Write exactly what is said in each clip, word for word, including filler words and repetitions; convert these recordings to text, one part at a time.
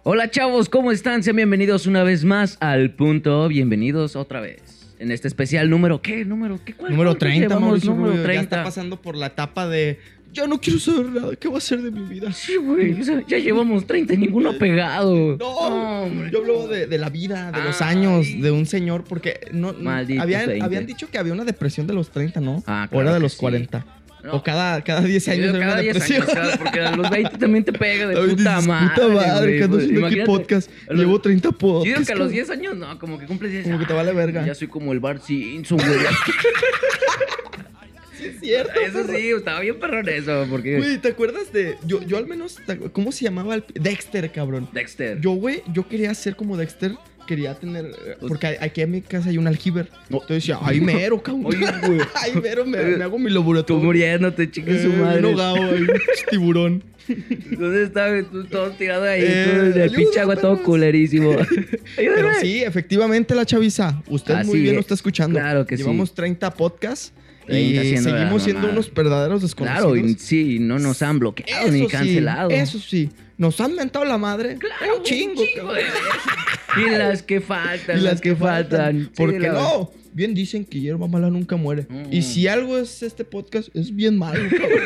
Hola chavos, ¿cómo están? Sean bienvenidos una vez más al Punto. Bienvenidos otra vez en este especial número, ¿qué? ¿Número qué? ¿Cuál? Número treinta, Mauricio número Rubio. treinta. Ya está pasando por la etapa de ya no quiero saber nada, ¿qué va a ser de mi vida? Sí, güey, o sea, ya llevamos treinta y ninguno pegado. No, No, hombre. yo hablo de, de la vida, de los Ay. años, de un señor, porque no Maldito habían, veinte. habían dicho que había una depresión de los treinta, ¿no? Ah, o era claro de que los sí. cuarenta. No. O cada, cada diez años Yo era cada una diez depresión. años, cada- porque a los veinte también te pega de Ay, puta dices, madre. Puta madre, güey, que ando pues, haciendo aquí imagínate, podcast. a los- Llevo treinta Yo podcasts. digo que a los cabrón. diez años, no, como que cumples diez Como que te vale verga. Ya soy como el Bart Simpson, güey. Sí, es cierto. Eso perro. sí, estaba bien perrón eso, porque... Güey, ¿te acuerdas de...? Yo, yo al menos... ¿te acu- ¿Cómo se llamaba? el- Dexter, cabrón. Dexter. Yo, güey, yo quería ser como Dexter. Quería tener... eh, Porque aquí en mi casa hay un aljiber. Entonces decía, ay, mero, cabrón. Oye, güey. Ay, mero, me, me hago mi Tú laboratorio. muriéndote, chica Eh, su madre. bien ahogado ahí, tiburón. ¿Dónde está, güey? Tú todo tirado ahí, Eh, tú el ayuda, pinche agua todo perros. culerísimo. Pero Ayúdame. sí, efectivamente, la chaviza. Usted Así muy bien es. lo está escuchando. Claro que sí. Llevamos treinta podcasts. treinta Y haciendo la seguimos siendo mamada. unos verdaderos desconocidos. Claro, y sí, no nos han bloqueado Eso ni sí, cancelado. eso sí. Nos han mentado la madre. Claro, un chingo, un chingo cabrón. de veces. Y las que faltan, Y las que faltan. Sí, Porque la- no, bien dicen que hierba mala nunca muere. Mm. Y si algo es este podcast, es bien malo, cabrón.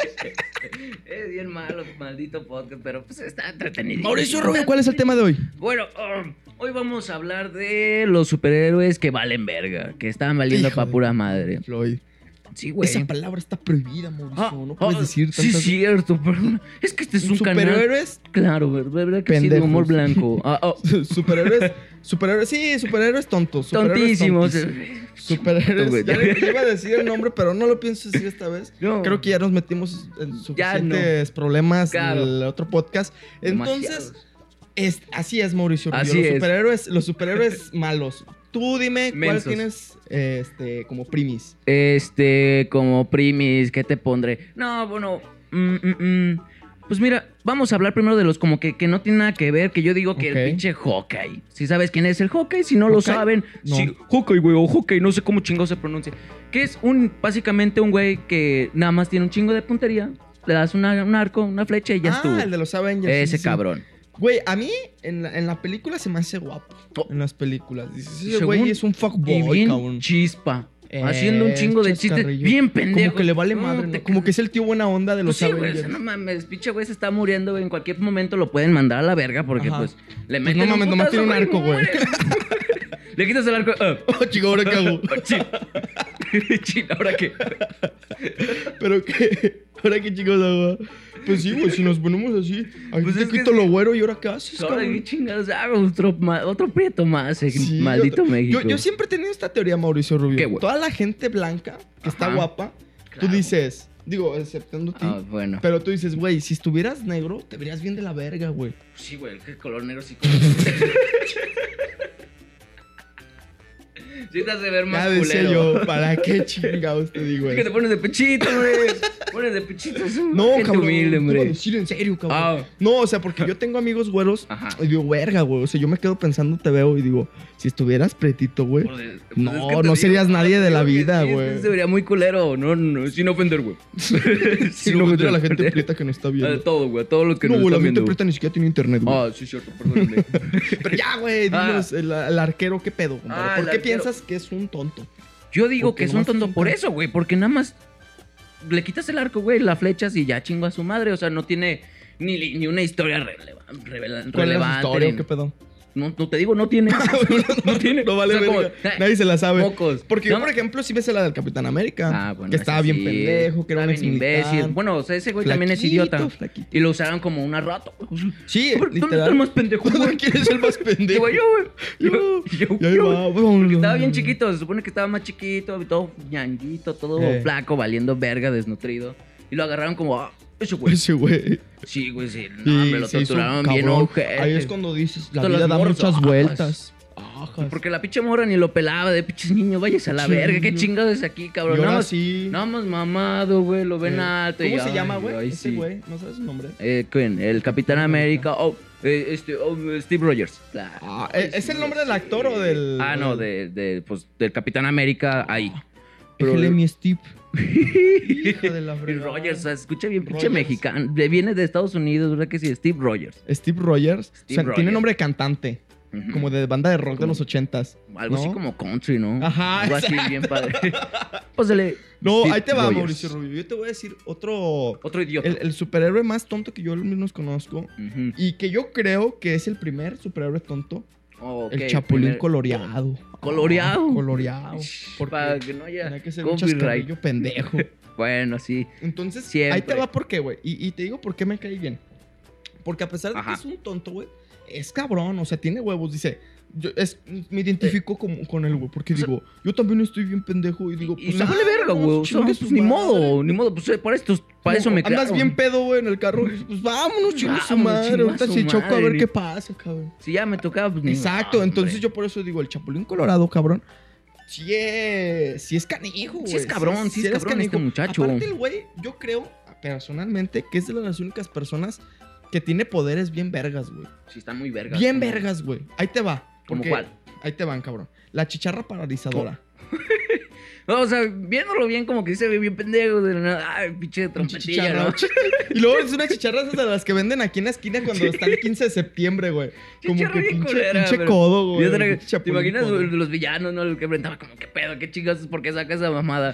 Es bien malo, maldito podcast, pero pues está entretenido. Mauricio Rubio, ¿cuál es el tema de hoy? Bueno, um, hoy vamos a hablar de los superhéroes que valen verga, que están valiendo Hijo pa' de- pura madre. Floyd. Sí, güey. Esa palabra está prohibida, Mauricio. Ah, no puedes ah, decir sí, tantas... es cierto, perdón. Es que este es un canal. Superhéroes, Claro, ver- verdad que sí, de Pendejos. humor blanco. Ah, oh, superhéroes, superhéroes, sí, superhéroes tontos. superhéroes tontísimos. tontísimos. Superhéroes. Güey. Ya le- le iba a decir el nombre, pero no lo pienso decir esta vez. No. Creo que ya nos metimos en Ya suficientes problemas Claro. en el otro podcast. Entonces, Demasiados. es- así es, Mauricio Rubio. Así los es. superhéroes, los superhéroes malos. Tú dime cuál Mensos. tienes eh, este, como primis. Este, como primis, ¿qué te pondré? No, bueno, mm, mm, mm. Pues mira, vamos a hablar primero de los como que, que no tienen nada que ver, que yo digo que Ok. el pinche Hawkeye. Si sabes quién es el Hawkeye, si no lo ¿Hawkeye? saben, No. sí, Hawkeye, güey, o Hawkeye, no sé cómo chingado se pronuncia. Que es un, básicamente un güey que nada más tiene un chingo de puntería, le das una- un arco, una flecha y ya ah, estuvo. el de los Avengers. sí, Ese sí, sí. cabrón. Güey, a mí en la, en la película se me hace guapo. Oh. En las películas. Dices, ese Según- güey es un Y fuckboy, bien cabrón. chispa. Eh, haciendo un chingo de chistes. chascarrillo. Bien pendejo. Como que le vale madre, ¿no? Como que es el tío buena onda de los Pues sí, güey, o Avengers. sea, no mames, pinche güey se está muriendo, güey. En cualquier momento lo pueden mandar a la verga porque, Ajá. pues, le Pues meten no mames, un nomás putazo, tiene un arco, güey. muere. Le quitas el arco. ah. Oh, chico, ¿ahora qué hago? Chin. Chin, ¿ahora qué? ¿Pero qué? ¿Ahora qué chicos hago? Pues sí, güey, si nos ponemos así, aquí Pues te es que quito sí. lo güero y ahora qué haces, Ahora cabrón? qué chingados hago, otro, ma- otro prieto más, eh, Sí, maldito yo, México. Yo, yo siempre he tenido esta teoría, Mauricio Rubio. ¿Qué, güey? Toda la gente blanca que está Ajá. guapa, tú Claro. dices, digo, exceptando a ti, Ah, bueno. pero tú dices, güey, si estuvieras negro, te verías bien de la verga, güey. Sí, güey, el color negro sí. Como... Sí te hace ver más Ya decía culero. yo, ¿para qué chingados te digo Es que te eso? pones de pechito, hombre. Pones de pechito. Es un No, gente cabrón, humilde, te hombre. voy a decir en serio, cabrón. Ah. No, o sea, porque yo tengo amigos güeros Ajá. y digo, verga, güey. O sea, yo me quedo pensando, te veo y digo, si estuvieras pretito, güey. Pues, pues, No, es que te no serías nadie de la digo que vida, sí, güey. Se vería muy culero. No, no, sin ofender, güey. Si no meter a la gente prieta que no está A viendo. todo, güey. A todo lo que No, nos güey, la están gente viendo. prieta ni siquiera tiene internet, güey. Ah, sí, cierto, perdóname. Pero ya, güey, Ah. dinos, el, el arquero, ¿qué pedo, compadre? Ah, ¿Por el qué arquero. piensas que es un tonto? Yo digo Porque que es un nomás tonto es un por tonto. eso, güey. Porque nada más le quitas el arco, güey, las flechas y ya chingo a su madre. O sea, no tiene ni, li- ni una historia releva- revela- ¿Cuál es la relevante. historia ni- o qué pedo? No, no te digo, no tiene. no tiene. No vale O sea, como, verga. eh, Nadie se la sabe. mocos. Porque yo, No, por ejemplo, sí me sé la del Capitán América. Ah, bueno, que estaba ese bien sí, pendejo, que era un estaba bien exmilitar. imbécil. Bueno, o sea, ese güey también es Flaquito, idiota. flaquito. Y lo usaron como una rato. güey. Sí, ¿Dónde literal. está el más pendejo, güey? ¿Quién es el más pendejo? Digo, yo, güey. Yo, yo, ya yo, va, güey. vámonos. Porque estaba bien chiquito, se supone que estaba más chiquito, todo ñanguito, todo Eh. flaco, valiendo verga, desnutrido. Y lo agarraron como, ah, ese güey. Ese güey. Sí, güey, sí. No, Y me lo se hizo torturaron cabrón. bien ojete. Ahí es cuando dices, la Todas vida las da morras, muchas ajas. vueltas. Ajas. Porque la pinche morra ni lo pelaba de pinches niños, váyase a la Sí, verga. ¿Qué no. chingados es aquí, cabrón? Y ahora Nada más, sí. nada más mamado, güey, lo ven Eh, alto. y ¿Cómo se ay, llama, güey? ay, Ese sí. güey, ¿no sabes su nombre? Eh, ¿quién? El Capitán América. Oh, eh, este, oh, Steve Rogers. Claro. Ah, ¿es el nombre del actor o del...? Ah, no, de, de, pues, del Capitán América ahí. Pero- Déjele mi Steve. Hija de la Y fregada. Rogers, o sea, escucha bien, pinche Rogers. mexicano. Le viene de Estados Unidos, ¿verdad que sí? Steve Rogers. Steve Rogers. Steve o sea, Rogers. tiene nombre de cantante. Ujú. Como de banda de rock de Como- los ochentas. Algo ¿no? así como country, ¿no? Ajá, Algo así exacto. bien padre. Pásale. No, Steve ahí te va, Rogers. Mauricio Rubio. Yo te voy a decir otro. Otro idiota. El, el superhéroe más tonto que yo al menos conozco. Ujú. Y que yo creo que es el primer superhéroe tonto. Oh, el ok, Chapulín primer- Coloreado. ¿Coloreado? Ah, coloreado. Porque Para que no haya tenía que ser un copyright. chascarrillo pendejo. Bueno, sí. Entonces, Siempre. ahí te va por qué, güey. Y, y te digo por qué me cae bien. Porque a pesar de Ajá. que es un tonto, güey, es cabrón. O sea, tiene huevos. Dice, yo es, me identifico con, con él, güey. Porque O sea, digo, yo también estoy bien pendejo. Y digo, Y pues me vale verga, vámonos, güey. O sea, chingue pues, su ni madre. modo, ni modo. Pues eh, para, estos, para eso me Andas crearon. bien pedo, güey, en el carro. y dices, pues vámonos, chingue su Vámonos, madre. chinga Ahorita su sí choco a ver madre. qué pasa, cabrón. Si ya me tocaba, pues ni Exacto, modo, entonces hombre. yo por eso digo, el Chapulín Colorado, cabrón. Sí es, sí es canijo, güey. Sí es cabrón, sí es eres cabrón este muchacho. Aparte el güey, yo creo, personalmente, que es de las únicas personas que tiene poderes bien vergas, güey. Sí, están muy vergas. Bien como- vergas, güey. Ahí te va. ¿Cómo porque- cuál? Ahí te van, cabrón. La chicharra paralizadora. No, o sea, viéndolo bien, como que dice bien pendejo de la nada. Ay, pinche Pinche trompetilla, chicharra. ¿no? Y luego es una chicharra esas de las que venden aquí en la esquina cuando está el quince de septiembre, güey. Como Chicharra que bien pinche, culera, pinche pero- codo, güey. Yo te, Pinche ¿te chapulín imaginas codo. de los villanos, no? El que enfrentaba como, ¿qué pedo? ¿Qué chingados? ¿Por qué saca esa mamada?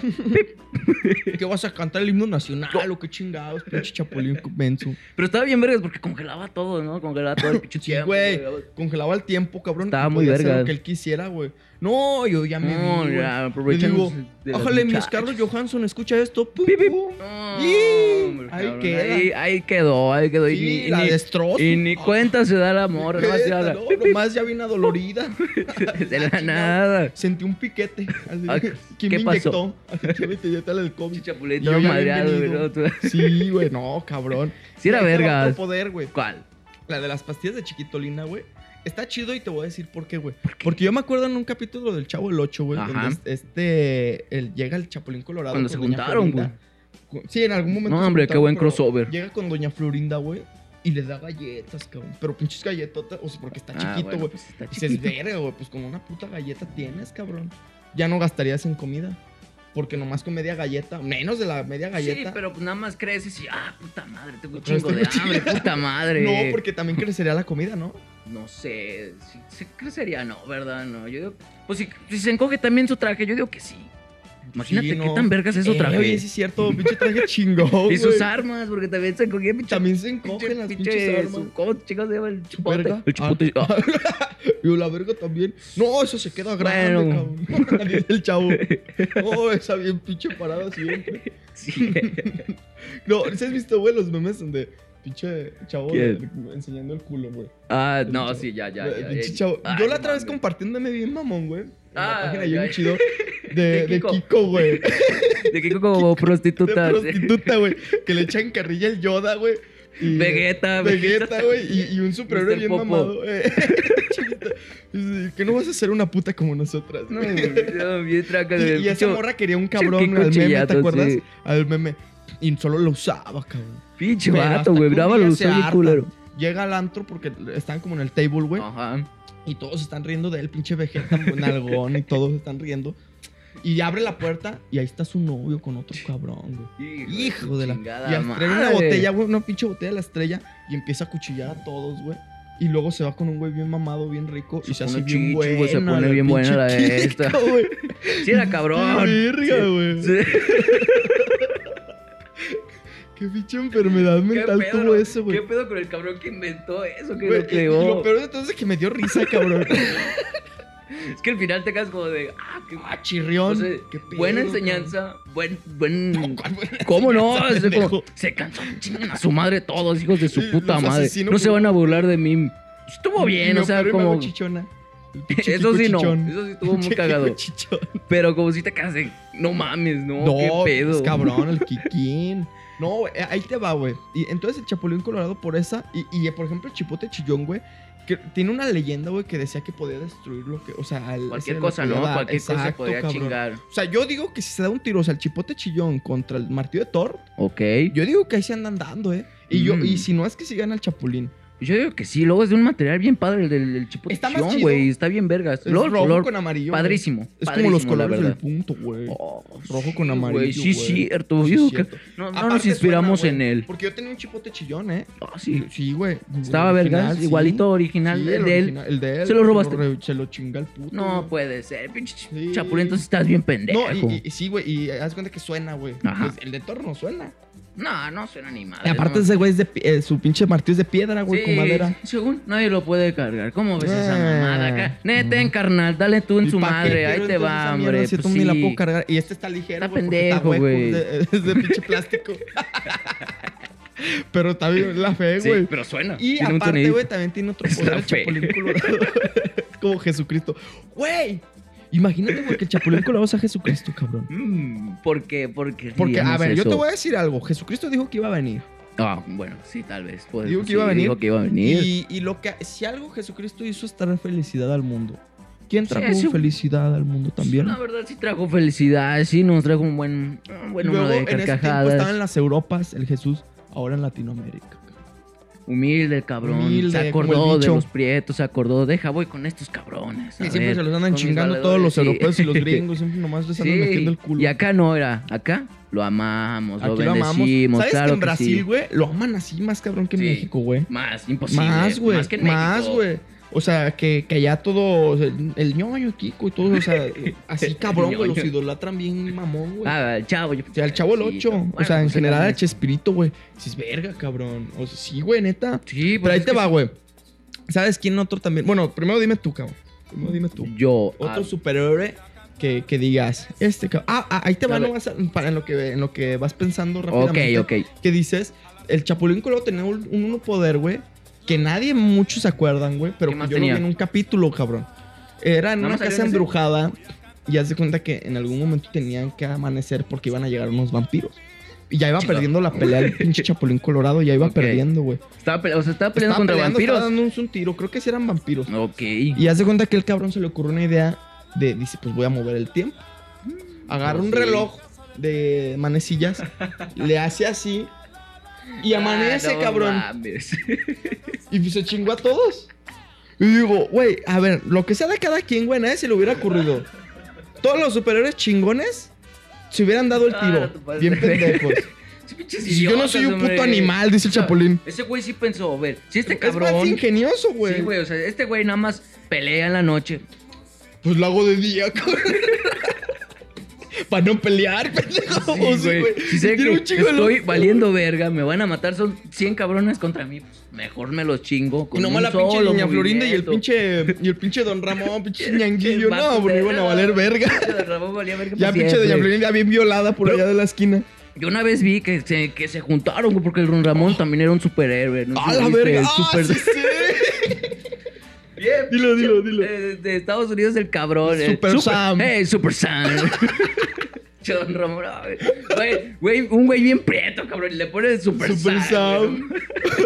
¿Qué vas a cantar el himno nacional o qué chingados? Pinche chapulín menso. Pero estaba bien vergas porque congelaba todo, ¿no? Congelaba todo el pinche Sí, tiempo. güey. Congelaba el tiempo, cabrón. Estaba y muy podía hacer verga. lo que él quisiera, güey. No, yo ya me No, vi, güey. ya, Le aprovechan digo, de los ájale, mi muchachos". Scarlett Johansson, escucha esto. Pum, Pip, pip. pum. No, Y hombre, ahí cabrón, queda. Ahí, ahí quedó, ahí quedó. Sí, y ni, la ni- destrozo. y ni Ah, cuenta se da el amor, no se neta, habla. no, nomás ya vine adolorida. De la Chingado. nada. Sentí un piquete. Así, Ah, ¿quién ¿qué me pasó? inyectó? Así, ¿quién me inyectó el COVID? Pinche chapulín Y yo todo ya madreado, güey. bienvenido. ¿no? Tú- Sí, güey, no, cabrón. Sí era Ahí te va vergas. otro poder, güey. ¿Cuál? La de las pastillas de chiquitolina, güey. Está chido y te voy a decir por qué, güey. Porque yo me acuerdo en un capítulo del Chavo el ocho, güey, Ajá. donde este el, llega el Chapulín Colorado. Cuando con se Doña juntaron, Florinda. Con- Sí, en algún momento. No, se hombre, qué juntaron, buen pero crossover. Llega con Doña Florinda, güey, y le da galletas, cabrón. Pero pinches galletotas, o sea, porque está Ah, chiquito, bueno, güey. pues está Y dices, chiquito. verga, güey, pues con una puta galleta tienes, cabrón. Ya no gastarías en comida. Porque nomás con media galleta, menos de la media galleta. Sí, pero pues nada más creces y, ah, puta madre, tengo un Otra vez chingo de tengo hambre, chingo. puta madre. No, porque también crecería la comida, ¿no? No sé, si se crecería, no, ¿verdad? No, yo digo, pues si, si se encoge también su traje, yo digo que sí. Imagínate Sí, qué no. tan vergas es su Eh, traje. Oye, sí es cierto, pinche traje chingón, y sus güey. armas, porque también se encogían pinche. También se encogen las pinches armas. su- ¿Cómo chicos se llama el ¿Su chipote? verga? El chipote. Ah. ah. Y la verga también. No, eso se queda grande, Bueno. cabrón. Dice el chavo. No, esa bien pinche parada siempre. Sí. No, ¿sí has visto, güey, los memes donde pinche chavo ¿Quién? de- enseñando el culo, güey? Ah, El no, chavo. sí, ya, ya, El ya. pinche ya. chavo. Ay, Yo la no otra vez mames. compartí un meme bien mamón, güey. En Ah, la página ya, bien ya. chido. De, De de Kiko. Kiko, güey. De Kiko como prostituta. De prostituta, güey. Que le echan carrilla el Yoda, güey. y- Vegeta, Vegeta, Vegeta. güey. Y, y un superhéroe mister bien Popo. mamado. eh. Chiquita. Dice, que no vas a ser una puta como nosotras. No, güey. no, bien traca y, de y esa morra quería un cabrón Kiko al meme, chillato, ¿te acuerdas? sí. Al meme. Y solo lo usaba, cabrón. Pinche Pero vato, hasta güey. que un Brava día lo se usó bien harta. culero. Llega al antro porque están como en el table, güey. Ajá. Y todos están riendo de él, pinche Vegeta, nalgón, y todos están riendo. Y abre la puerta y ahí está su novio con otro cabrón, güey. Hijo de la... chingada Y trae una madre. botella, güey, una pinche botella de la estrella y empieza a cuchillar a todos, güey. Y luego se va con un güey bien mamado, bien rico Se y se pone hace bien chichi, buena. güey, se pone la bien buena pinche la de Kiko, esta. güey. Sí era cabrón. Qué verga, Sí. güey. Sí. Qué pinche enfermedad mental ¿Qué pedo, tuvo eso, güey. ¿Qué pedo con el cabrón que inventó eso? Que Güey, lo y- creó. y lo peor de todo es que me dio risa, cabrón. Es que al final te quedas como de. Ah, qué Ah, chirrión. o sea, Qué pedo, buena cabrón. enseñanza, buen, buen. ¿Cuál buena ¿Cómo no? enseñanza, Es de como, pendejo? se cansó, chingan a su madre todos, hijos de su Sí, puta los madre. asesino No se como- van a burlar de mí. Estuvo bien, Me o sea, operó y me hago como. chichona. El pinche Eso Kiko sí no, chichón. eso sí estuvo muy Pinche cagado. Kiko chichón. Pero como si te quedas de. No mames, no, qué No, pedo. es cabrón, el Kikín. No, güey, ahí te va, güey. Y entonces el Chapulín Colorado por esa. Y, y por ejemplo, el Chipote Chillón, güey. Que tiene una leyenda, güey, que decía que podía destruir lo que. O sea, al- Cualquier ese le cosa, podía ¿no? dar. Cualquier cosa Exacto, podría cabrón. chingar. O sea, yo digo que si se da un tiro, o sea, el Chipote Chillón contra el martillo de Thor, Ok. yo digo que ahí se andan dando, ¿eh? Y, yo, Mm. y si no es que si gana el Chapulín. Yo digo que sí, luego es de un material bien padre el del, del chipote Está más chillón, chido. güey. Está bien vergas. Es Luego el rojo color, con amarillo, güey. padrísimo. Es como padrísimo, los la colores del verdad. punto, güey. Oh, Rojo con sí, amarillo, güey. Sí, güey. cierto. Sí, Yo digo cierto. que no, no Aparte nos inspiramos suena, en güey, él. Porque yo tenía un chipote chillón, ¿eh? Ah, sí. Sí, güey. Estaba El vergas, original, sí. igualito original Sí, de el él. original, el de él. Se lo robaste. re- Se lo chinga el puto. No güey. puede ser. Pinche Sí. chapulín, entonces estás bien pendejo. No, y, y- y sí, güey. Y haz cuenta que suena, güey. Ajá. Pues el de Thor no suena. No, no suena ni madre. Y aparte no. ese güey es de... pi- eh, su pinche martillo es de piedra, güey, Sí, con madera. según nadie lo puede cargar. ¿Cómo ves esa Ah. mamada acá? Neta, en carnal, dale tú en ¿Y su pa' qué madre. quiero Ahí te entonces va, esa hombre. mierda si Pues tú ni la sí. puedo cargar. Y este está ligero, Está güey, porque pendejo, hueco, güey. Es de, es de pinche plástico. Pero está bien la fe, Sí, güey. pero suena. Y Tiene un aparte, sonidito. güey, también tiene otro Está poder el feo. Chapulín Colorado. Como Jesucristo. Güey, imagínate, güey, que el Chapulín Colorado sea Jesucristo, cabrón. Mm, ¿Por qué? Porque, Porque, a diríamos ver, yo te eso? voy a decir algo. Jesucristo dijo que iba a venir. Ah, bueno, sí, tal vez. Pues, Dijo que sí, iba a venir. Dijo que iba a venir. Y, y lo que, si algo Jesucristo hizo es traer felicidad al mundo. ¿Quién Sí, trajo sí. felicidad al mundo también? La verdad sí trajo felicidad, sí nos trajo un buen, un buen número Luego, de en ese tiempo carcajadas. estaba en las Europas el Jesús, ahora en Latinoamérica. Humilde el cabrón. Humilde, se como el acordó de bicho. los prietos, se acordó. Deja, voy con estos cabrones. a Y siempre ver, se los andan con mis chingando valedores, todos los sí. europeos y los gringos, siempre nomás les andan Sí, metiendo el culo. y acá no era. Acá lo amamos, lo Aquí lo amamos. bendecimos. ¿Sabes claro que en que Brasil, sí. güey, lo aman así más cabrón que en Sí. México, güey? Más, imposible. Más, güey. Más que en Más, México. güey. O sea, que, que allá todo, el, el ñoño, Kiko y todo, o sea, así cabrón, güey, los ñoño. idolatran bien mamón, güey. Ah, el chavo. Yo O sea, el chavo el ocho. Bueno, O sea, en pues, general era- el Chespirito, güey. Dices, verga, cabrón. O sea, sí, güey, neta. Sí, pues Pero ahí es te que va, güey. ¿Sabes quién otro también? Bueno, primero dime tú, cabrón. Primero dime tú. Yo. Otro ah, superhéroe que, que digas, este, cabrón. Ah, ah, ahí te va, A ver. no vas a, para en lo que en lo que vas pensando ok, rápidamente. ok. Que dices, el Chapulín Colorado tenía un, un poder, güey, que nadie muchos se acuerdan, güey, pero ¿Qué que más yo tenía? lo vi en un capítulo, cabrón. Era en ¿Nada una más salió casa en ese? embrujada y haz de cuenta que en algún momento tenían que amanecer porque iban a llegar unos vampiros. Y ya iba Chido. perdiendo la pelea el pinche Chapulín Colorado, ya iba Ok. perdiendo, güey. Estaba, pele- o sea, estaba peleando Estaba contra peleando, vampiros. Estaba dándonos un tiro, creo que sí eran vampiros. Ok. Y haz de cuenta que el cabrón se le ocurrió una idea de, dice, pues voy a mover el tiempo. Agarra un Ok. reloj de manecillas, le hace así y amanece, Ah, no cabrón. mames. Y se chingó a todos. Y digo, güey, a ver, lo que sea de cada quien, güey, nadie se le hubiera ocurrido. Todos los superhéroes chingones se hubieran dado el Ah, tiro. no te pases Bien de ver. pendejos. Sí, pinches Si yo no soy un idiotas, puto hombre. animal, dice el O sea, Chapulín. Ese güey sí pensó, a ver, si este Es más cabrón. ingenioso, güey. Sí, güey, o sea, este güey nada más pelea en la noche. Pues lo hago de día, cabrón. Para no pelear, pendejo. Sí, Oh, sí, güey. Si sé Tiene que un chingo de estoy lógica, valiendo verga, me van a matar, son cien cabrones contra mí. Pues mejor me los chingo Y con nomás un la pinche solo niña Florinda y el movimiento. pinche y el pinche Don Ramón, pinche ñanguillo, Vatos no, porque de- iban a valer verga. Don Ramón valía verga Ya para pinche Doña siempre. Florinda bien violada por Pero- allá de la esquina. Yo una vez vi que se, que se juntaron, güey, porque el Don Ramón también era un superhéroe. ¿No? ¡A la ¿Viste? verga! El ¡Ah, super- sí, sí! Bien, Dilo, dilo, dilo. Eh, de Estados Unidos el cabrón. eh. Super Sam. Eh, Super Sam. Che, Don Ramón, no, güey, güey, un güey bien prieto, cabrón. y Le pone Super, Super Sam. Sam. güey.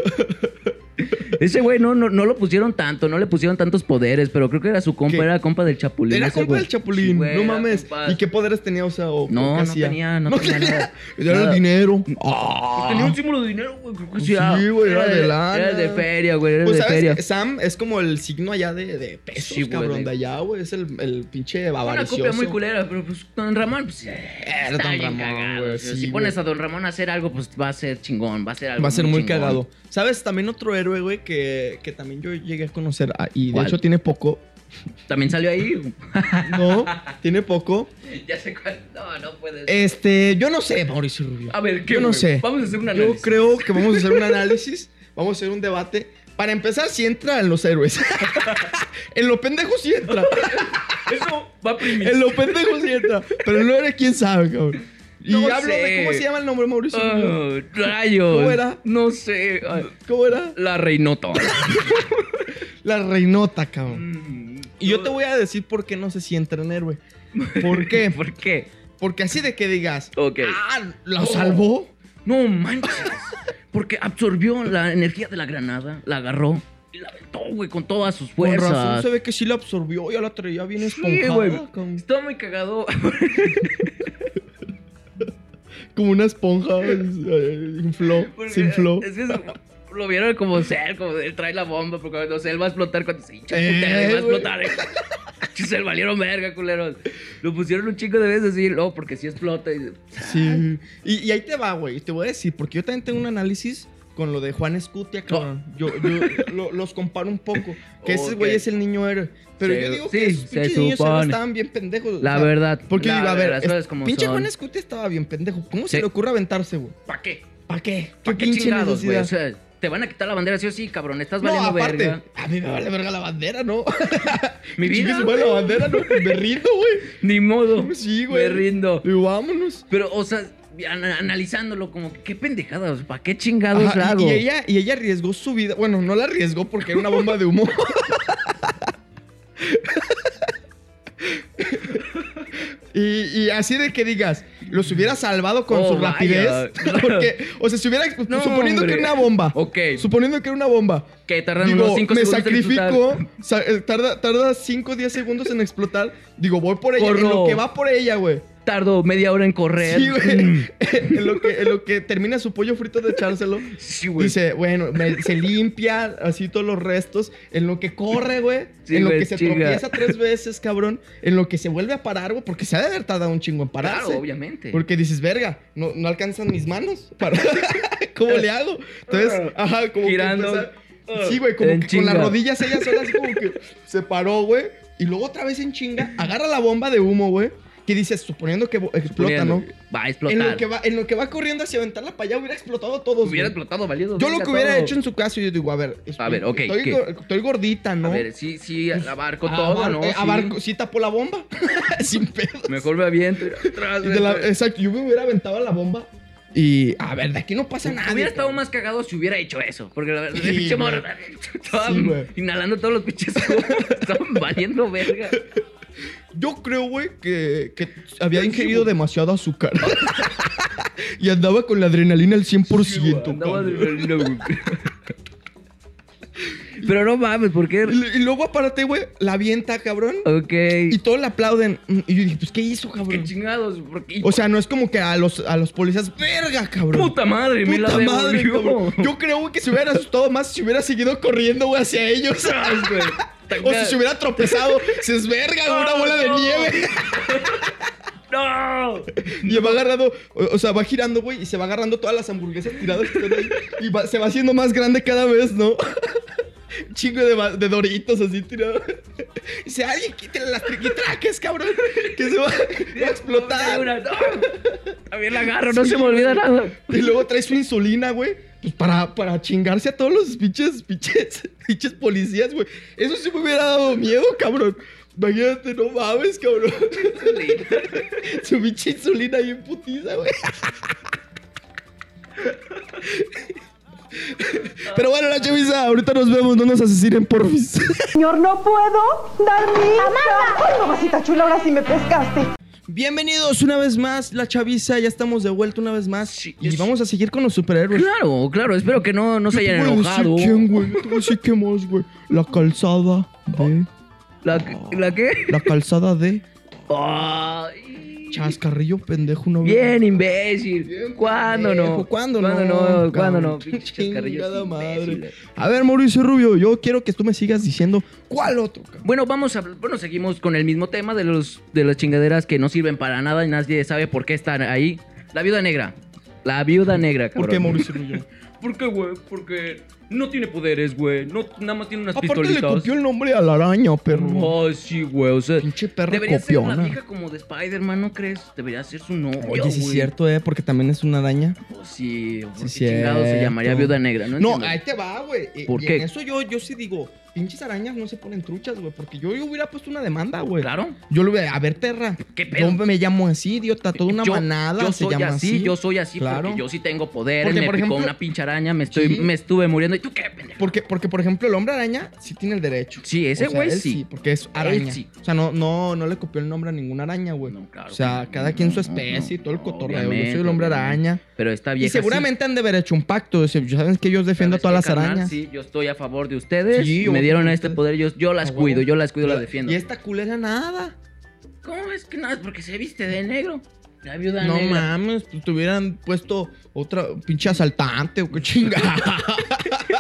Ese güey no, no, no lo pusieron tanto, no le pusieron tantos poderes, pero creo que era su compa, ¿Qué? era compa del Chapulín. Era ese compa güey. del Chapulín, Sí, güey, no era mames. compa. ¿Y qué poderes tenía? O sea, o, No, o qué no hacía? tenía, no tenía nada. Era Nada. el dinero. Ah. Tenía un símbolo de dinero, güey. Creo que sí, Sí, ah, güey, era de lana. Era de feria, güey, era Pues de sabes, feria. que Sam es como el signo allá de, de pesos, Sí, güey, cabrón, de- de allá, güey. Es el, el pinche Una avaricioso. copia muy culera, pero pues Don Ramón, pues eh, Era está Don bien Ramón, cagado. güey, O sea, sí, si güey. pones a Don Ramón a hacer algo, pues va a ser chingón, va a ser algo Va a ser muy chingón. cagado. ¿Sabes? También otro héroe, güey, que, que también yo llegué a conocer. ah, y de ¿Cuál? hecho tiene poco. También salió ahí. No, tiene poco. Ya sé cuál. No, no puedes. Este, yo no sé, Mauricio Rubio. a ver, ¿qué? yo no güey? sé. Vamos a hacer un Yo análisis. creo que vamos a hacer un análisis. Vamos a hacer un debate. Para empezar, si entra en los héroes. En lo pendejo sí entra. Eso va primero. En lo pendejo sí entra. Pero no eres quién sabe, cabrón. Y No hablo sé. de cómo se llama el nombre, Mauricio Rubio. Oh, rayos. ¿Cómo era? No sé. Ay, ¿Cómo era? La reinota. La reinota, cabrón. Mm, Y yo te voy a decir por qué no sé si entra en héroe. ¿Por qué? ¿Por qué? Porque así de que digas, Ok. ah, ¿la Oh. salvó? No manches. Porque absorbió la energía de la granada, la agarró y la aventó, güey, con todas sus Con razón fuerzas. se ve que sí la absorbió, ya la traía bien Sí, esponjada. güey. cabrón. Estaba muy cagado. Como una esponja, eh, infló, Porque se infló. Es que es- lo vieron como Cell, como él trae la bomba, porque cuando Cell va a explotar, cuando se hincha, Eh, puta, va a güey. explotar. Eh. Se valieron verga, culeros. Lo pusieron un chico de veces así, no, porque si explota. Y... Sí. Y, y ahí te va, güey. Te voy a decir, porque yo también tengo un análisis con lo de Juan Escutia, cabrón. Yo, yo lo- los comparo un poco. Que ese Ok. güey es el niño héroe. Pero Se- yo digo sí, que esos se pinches niños supone. estaban bien pendejos. La o sea, verdad. Porque la digo, a verdad, ver, las es- cosas como pinche son. Juan Escutia estaba bien pendejo. ¿Cómo Sí. se le ocurre aventarse, güey? ¿Para qué? ¿Para qué? ¿Para qué pinche chingados, güey? necesidad? O sea, te van a quitar la bandera sí o sí, cabrón. Estás No, valiendo aparte, verga. a mí me vale verga la bandera, ¿no? Mi vida, Chingue su madre la güey. bandera, ¿no? Me rindo, güey. Ni modo. Sí, güey. Me rindo. Digo, vámonos. Pero, o sea, an- analizándolo, como que qué pendejada, o sea, ¿para qué chingados Ajá, la y- hago? y, ella, y ella arriesgó su vida. Bueno, no la arriesgó porque era una bomba de humo. y, y así de que digas, los hubiera salvado con Oh, su vaya. rapidez. Porque, o sea, si hubiera. No, suponiendo hombre. que era una bomba. Ok. Suponiendo que era una bomba. Que tardan Digo, unos cinco me segundos en explotar. sacrifico. sa- eh, tarda, tarda cinco o diez segundos en explotar. Digo, voy por ella. En Corro. lo que va por ella, güey. Tardo media hora en correr. Sí, güey. Mm. en, lo que, en lo que termina su pollo frito de echárselo. Sí, güey. Dice, bueno, me- se limpia así todos los restos. En lo que corre, güey. Sí, en lo güey, que se chinga. tropieza tres veces, cabrón. En lo que se vuelve a parar, güey. Porque se ha de haber tardado un chingo en pararse. Claro, obviamente. Porque dices, verga, no, no alcanzan mis manos. Para... ¿Cómo le hago? Entonces, ajá, como Girando. que empezar- Sí, güey, como En que con las chinga. rodillas ella sola así como que se paró, güey. Y luego otra vez en chinga, agarra la bomba de humo, güey. Que dices, suponiendo que bo- explota, ¿no? Va a En explotar. lo, que va, en lo que va corriendo hacia aventarla para allá hubiera explotado a todos, Hubiera güey. explotado, valido. Yo lo verga que hubiera todo. hecho en su caso, yo digo, a ver, A ver, ok, estoy, ¿qué? go- estoy gordita, ¿no? A ver, sí, sí, abarco Ah, todo, abar- ¿no? eh, Sí. abarco- sí tapo la bomba. Sin pedo. Mejor me aviento. y atrás, De la- güey. exacto, yo me hubiera aventado la bomba. Y, a ver, de aquí no pasa nada. Hubiera estado más cagado si hubiera hecho eso. Porque la verdad, Sí, el pinche güey. morro estaba Sí, güey. inhalando todos los pinches. Estaban valiendo verga. Yo creo, güey, que, que había ingerido demasiado azúcar. Y andaba con la adrenalina al cien por ciento. Andaba cabrón. adrenalina, güey. Pero no mames, ¿por qué? Y, y luego aparte, güey, la avienta, cabrón. Ok. Y todos le aplauden. Y yo dije, pues, ¿qué hizo, ¿Qué cabrón? chingados? ¿Por qué? O sea, no es como que a los, a los policías, verga, cabrón. Puta madre, me la Puta madre, devolvió. cabrón. Yo creo, güey, que se hubiera asustado más si hubiera seguido corriendo, güey, hacia ellos. Ay, güey. O si se hubiera tropezado, se es verga, güey, una No, bola de no. nieve. ¡No! Y va agarrando, o, o sea, va girando, güey, y se va agarrando todas las hamburguesas tiradas que están ahí. Y va- se va haciendo más grande cada vez, ¿no? Chingo de, ba- de doritos así tirados. Dice, alguien quítale las triquitraques, cabrón. Que se va, va a explotar. Una, no. También la agarro, no se me olvida nada. Y luego trae su insulina, güey. Pues para, para chingarse a todos los pinches, pinches, pinches policías, güey. Eso sí me hubiera dado miedo, cabrón. Imagínate, no mames, cabrón. Su pinche insulina ahí en putiza, güey. Pero bueno, la chaviza, ahorita nos vemos, no nos asesinen, porfis. Señor, no puedo dar mi hija. Ay, mamacita chula, ahora sí me pescaste. Bienvenidos una vez más, la chaviza, ya estamos de vuelta una vez más. Sí, Y es- vamos a seguir con los superhéroes. Claro, claro, espero que no, no se Yo te hayan voy a decir enojado. ¿Quién, güey? Yo te voy a decir qué más, güey. La calzada de... ¿La, ¿La qué? La calzada de... Ay. Chascarrillo pendejo, no. Bien, imbécil. ¿Cuándo pendejo, no? ¿cuándo ¿Cuándo no, no? ¿Cuándo no? cabrón? Pinche chascarrillos Chingada madre. imbéciles. A ver, Mauricio Rubio, yo quiero que tú me sigas diciendo cuál otro, cabrón. Bueno, vamos a bueno, seguimos con el mismo tema de los de las chingaderas que no sirven para nada y nadie sabe por qué están ahí. La viuda negra. La viuda negra, cabrón. ¿Por qué, Mauricio Rubio? ¿Por qué, güey? Porque no tiene poderes, güey. No, nada más tiene unas Aparte le pistolitas. copió el nombre a la araña, perro. Oh, sí, güey. O sea, Pinche perra debería ser una copiona. vieja como de Spider-Man, ¿no crees? Debería ser su novio, Oye, sí es güey. cierto, ¿eh? Porque también es una araña. Pues sí, ¿por Sí, qué chingado se cierto. llamaría viuda negra? No, No, entiendo. ahí te va, güey. Y- ¿Por y qué? En eso yo, yo sí digo, pinches arañas no se ponen truchas, güey. Porque yo, yo hubiera puesto una demanda, güey. Claro. Yo le hubiera, a ver, perra. ¿Qué pedo? Yo me llamo así, idiota. Toda una yo, manada yo se soy llama así, así. yo soy así Claro. porque yo sí tengo poderes. Porque, me por picó ejemplo- una pinche araña, me estoy, Sí. me estuve muriendo. ¿Y tú qué, pendejo? Porque, porque, por ejemplo, el hombre araña sí tiene el derecho. Sí, ese O sea, güey él sí. Porque es araña. sí. O sea, no, no, no le copió el nombre a ninguna araña, güey. No, claro o sea, que no. cada quien su No, especie y no, todo el no, cotorreo. Yo soy obviamente, el hombre obviamente. araña. Pero esta Y vieja seguramente han de haber hecho un pacto. O sea, ya saben que yo sí. defiendo a ¿Sabes todas qué, las carnal? arañas. Sí, yo estoy a favor de ustedes. Sí, me obvio, dieron ustedes. este poder, yo, yo las A cuido, huevo. yo las cuido, las defiendo. Y esta culera nada. ¿Cómo es que nada? Porque se viste de negro. La viuda No negra. mames, pues te hubieran puesto otra pinche asaltante o qué chingada.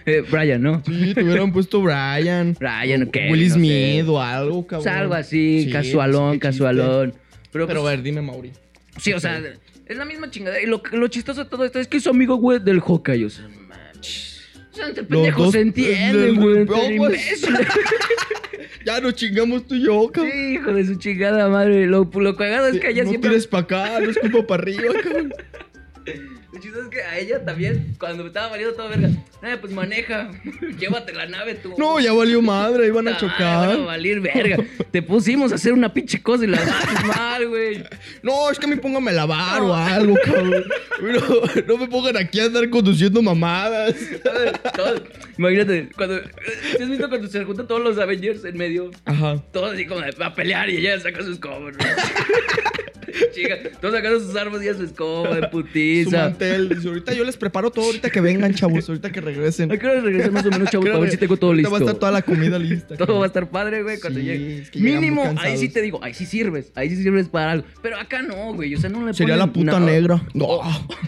Eh, Brian, ¿no? Sí, te hubieran puesto Brian. Brian, o ¿qué? Will No sé. Smith o algo, O cabrón. sea, algo así, Sí, casualón, sí, qué chiste. casualón. Pero, Pero a pues, ver, dime, Mauri. sí, o sea, es la misma chingadera. Y lo, lo chistoso de todo esto es que es su amigo, güey, del Hawkeye. O sea, no manches. O sea, entre Los pendejos dos- se entienden, del- güey. no, Entre pues. imbéciles. Ya nos chingamos tú y yo, cabrón. Sí, hijo de su chingada madre. Lo, lo cagado es que ella no siempre... tires para acá, no escupa para arriba, cabrón. Lo chistoso es que a ella también, cuando me estaba valiendo todo verga, eh, pues maneja, llévate la nave tú. No, ya valió madre, iban a Puta madre, chocar. van a valer verga. Te pusimos a hacer una pinche cosa y la haces mal, güey. No, es que a mí póngame a lavar o algo, cabrón. No, no me pongan aquí a andar conduciendo mamadas. Todo- imagínate, cuando. ¿Sí has visto cuando se juntan todos los Avengers en medio? Ajá. Todos así como de, a pelear y ella saca su escoba, ¿no? Chica, todos sacando sus armas y ella su escoba, de Su putiza. mantel. Dice, ahorita yo les preparo todo, ahorita que vengan, chavos, ahorita que regresen. ¿A qué hora regresar más o menos, chavos? Creo Para ver que si tengo todo ahorita listo. va a estar toda la comida lista. Todo va a estar padre, güey, cuando Sí, llegue. es que llegan muy Mínimo, ahí cansados. sí te digo, ahí sí sirves. Ahí sí sirves para algo. Pero acá no, güey. O sea, no le Sería la ponen puta nada. negra. No.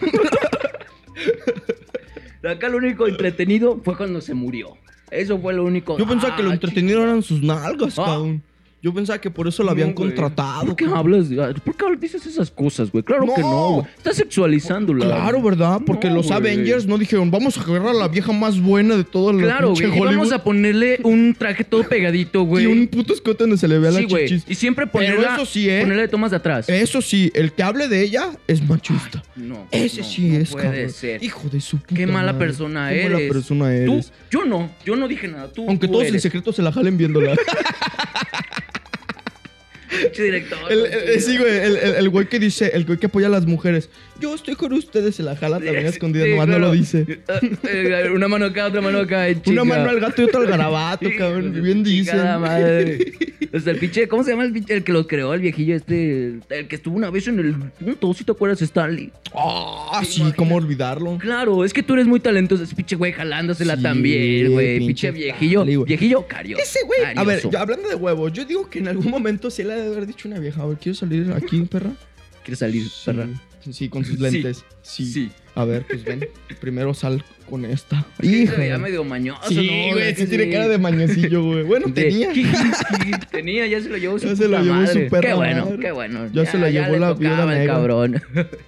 Acá lo único entretenido fue cuando se murió. Eso fue lo único. Yo pensaba que lo Ah, entretenido eran sus nalgas, Ah. cabrón. Yo pensaba que por eso lo habían no, güey. contratado. ¿Por qué cabrón. hablas? ¿Por qué dices esas cosas, güey? Claro No. que no, güey. Estás sexualizándola. Claro, ¿verdad? Porque No, los güey. Avengers no dijeron, vamos a agarrar a la vieja más buena de todo el Claro, pinche güey. Y Hollywood. vamos a ponerle un traje todo pegadito, güey. Y un puto escote donde se le vea Sí, la güey. chichis. Y siempre Pero ponerla, eso sí, ¿eh? ponerle tomas de atrás. Eso sí, el que hable de ella es machista. No. Ese no, sí no es, puede cabrón. ser. Hijo de su puta Qué mala madre. persona Qué eres. mala persona Tú, eres. yo no. Yo no dije nada. Tú, Aunque tú todos en eres. secreto se la jalen viéndola. Pinche director. el, el- el- sí, güey, el, el- el güey que dice, el güey que apoya a las mujeres. Yo estoy con ustedes, se la jala también a escondida, Sí, nomás claro. no lo dice. Eh, eh, una mano acá, otra mano acá. en Una chinga. mano al gato y otra al garabato, Hijo cabrón. de Bien dicen. chingada madre. O sea, el pinche, ¿cómo se llama el pinche? El que lo creó, el viejillo este, el, el que estuvo una vez en el punto, ¿sí te acuerdas, Stanley? Ah, Sí, sí, imagínate. cómo olvidarlo. Claro, es que tú eres muy talentoso, ese pinche güey jalándosela Sí, también, güey. pinche Pinche viejillo, Stanley, güey. viejillo cario. Ese güey. A ver, carioso. yo, hablando de huevos, yo digo que en algún momento sí le ha de haber dicho una vieja, a ver, ¿quiero salir aquí, perra? ¿Quieres salir, perra? Sí, sí, con sus Sí. lentes. Sí. Sí. A ver, pues ven. Primero sal con esta. Sí, Hijo. se veía medio mañoso, Sí, ¿no? güey, sí Que tiene cara de mañosillo, güey. Bueno, de- tenía. tenía, ya se lo llevó su Ya se lo puta llevó su madre. perra Qué bueno, madre. qué bueno. Ya se la llevó le la tocaba viuda el negra. cabrón.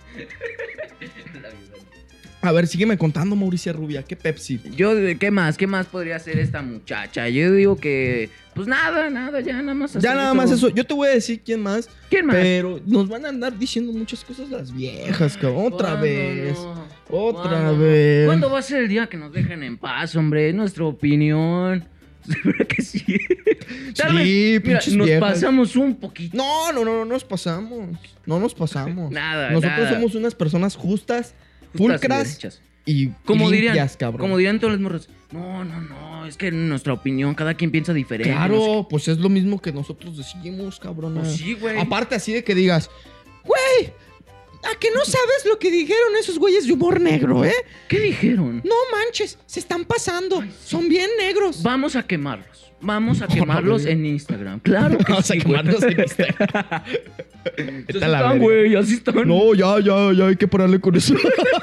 A ver, sígueme contando, Mauricia Rubia. ¿Qué Pepsi? Yo, ¿qué más? ¿Qué más podría hacer esta muchacha? Yo digo que, pues nada, nada, ya nada más. Ya hacer nada más eso. Yo te voy a decir quién más. ¿Quién más? Pero nos van a andar diciendo muchas cosas las viejas, cabrón. Otra ¿Cuándo vez. no? Otra ¿Cuándo no? vez. ¿Cuándo va a ser el día que nos dejen en paz, hombre? Es nuestra opinión. ¿Verdad que sí? Tal Sí, vez, mira, pinches nos viejas. pasamos un poquito. No, no, no, no nos pasamos. No nos pasamos. Nada, Nosotros nada. somos unas personas justas, Justas y pulcras derechas. y Como limpias, dirían, cabrón. como dirían todos los morros. No, no, no, es que en nuestra opinión cada quien piensa diferente. no sé Claro, pues es lo mismo que nosotros decimos, cabrón. Pues sí, güey. Aparte así de que digas, güey, ¿a que no sabes lo que dijeron esos güeyes de humor negro, eh? ¿Qué dijeron? No manches, se están pasando. Son bien negros. Vamos a quemarlos. Vamos a No, quemarlos güey. en Instagram. Claro que Vamos a sí, güey. quemarlos en Instagram. Así Vete a la están, verga. güey, así están. No, ya, ya, ya hay que pararle con eso.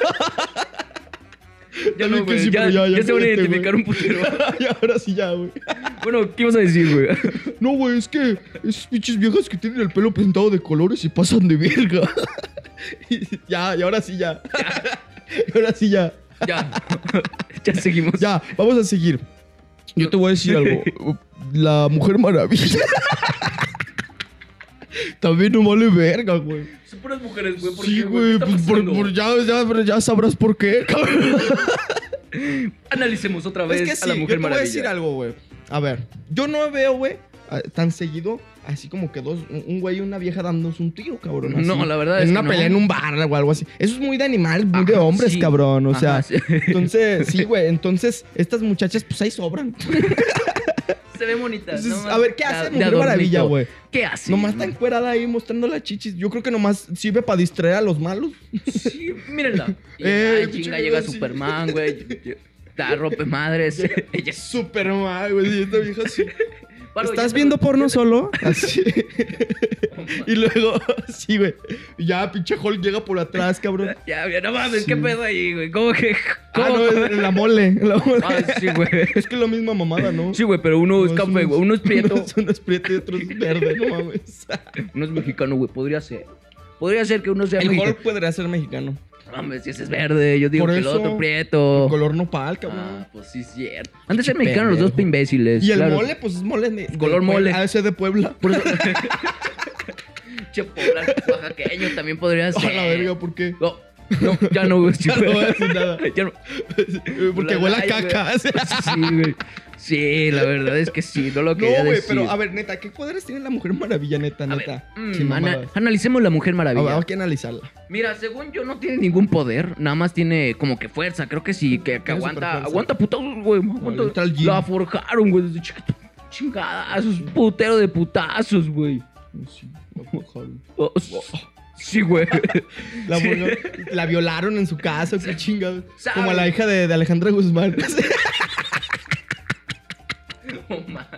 ya Dale no, que güey. sí, Ya, pero ya, ya ya se van a cállate, identificar güey. un putero. ya, ahora sí ya, güey. Bueno, ¿qué ibas a decir, güey? No, güey, es que esos pinches viejas que tienen el pelo pintado de colores y pasan de verga. Y ya, y ahora sí ya. Y ahora sí ya. Ya. ya seguimos. Ya, vamos a seguir. Yo te voy a decir algo. La Mujer Maravilla. También no vale verga, güey. Son puras mujeres, güey. ¿por Sí, qué, güey, ¿Qué está pues por, pasando? por ya, ya, pero ya sabrás por qué, cabrón. Analicemos otra vez Es que a sí, la yo Mujer te voy a Maravilla. decir algo, güey. A ver, yo no veo, güey, a- tan seguido, así como que dos, un un güey y una vieja dándose un tiro, cabrón. así, No, la verdad en es una que no. pelea en un bar o algo así. Eso es muy de animal, muy de Ajá, hombres, sí. cabrón. O sea, Ajá, sí. entonces, sí, güey. Entonces, estas muchachas, pues ahí sobran. Se ven bonitas, Entonces, ¿no? a ver, ¿qué De- hace de Mujer adornito. Maravilla, güey? ¿Qué hace? Nomás está encuerada ahí mostrando las chichis. Yo creo que nomás sirve para distraer a los malos. Sí, mírenla. Y, Eh, ay, pinche chinga, vieja, llega sí. Superman, güey. Da rompe madres. Ella es Súper mal, güey. Y esta vieja sí. Paro, ya ¿Estás te viendo lo- porno ya te- solo? Así. Y luego, sí, güey. Ya, pinche Hulk llega por atrás, cabrón. Ya, ya, no mames, Sí. ¿qué pedo ahí, güey? ¿Cómo que...? ¿Cómo? Ah, no, es en la mole. En la mole. Ah, sí, güey. Es que es la misma mamada, ¿no? Sí, güey, pero uno No, es café, uno güey. Uno es prieto. Uno es prieto y otro es verde, no mames. Uno es mexicano, güey. Podría ser. Podría ser que uno sea El mexicano. Hulk podría ser mexicano. Mames, si ese es verde. Yo digo Por que el eso, otro prieto. Color nopal, cabrón. Ah, pues sí, es cierto. Han de ser mexicanos los pendejo. dos pe imbéciles. Y el claro. mole, pues es mole. de- Color de- mole. A ese de Puebla. Por eso... Che, poblano, oaxaqueño también podría ser. A la verga, ¿por qué? No, no, ya no, güey. Ya no voy a decir nada. Ya no. Porque La- huele a ay, güey. caca. Sí, güey. Sí, la verdad es que sí, no lo quería No, güey, decir. pero a ver, neta, ¿qué poderes tiene la Mujer Maravilla, neta, A ver, neta? mm, Sin ana- mamadas. analicemos la Mujer A Maravilla. ver, hay que analizarla. Mira, según yo no tiene ningún poder, nada más tiene como que fuerza, creo que sí, que, que Tiene aguanta, superfuerza. aguanta putazos, güey. aguanta- entra al gym. La forjaron, güey, desde chiquito. Chingadazos, putero de putazos, güey. Sí, la forjaron. Oh, sí, güey. La, Sí. forjaron. La violaron en su casa, qué chingado. ¿Sabe? Como a la hija de, de Alejandra Guzmán. No mames.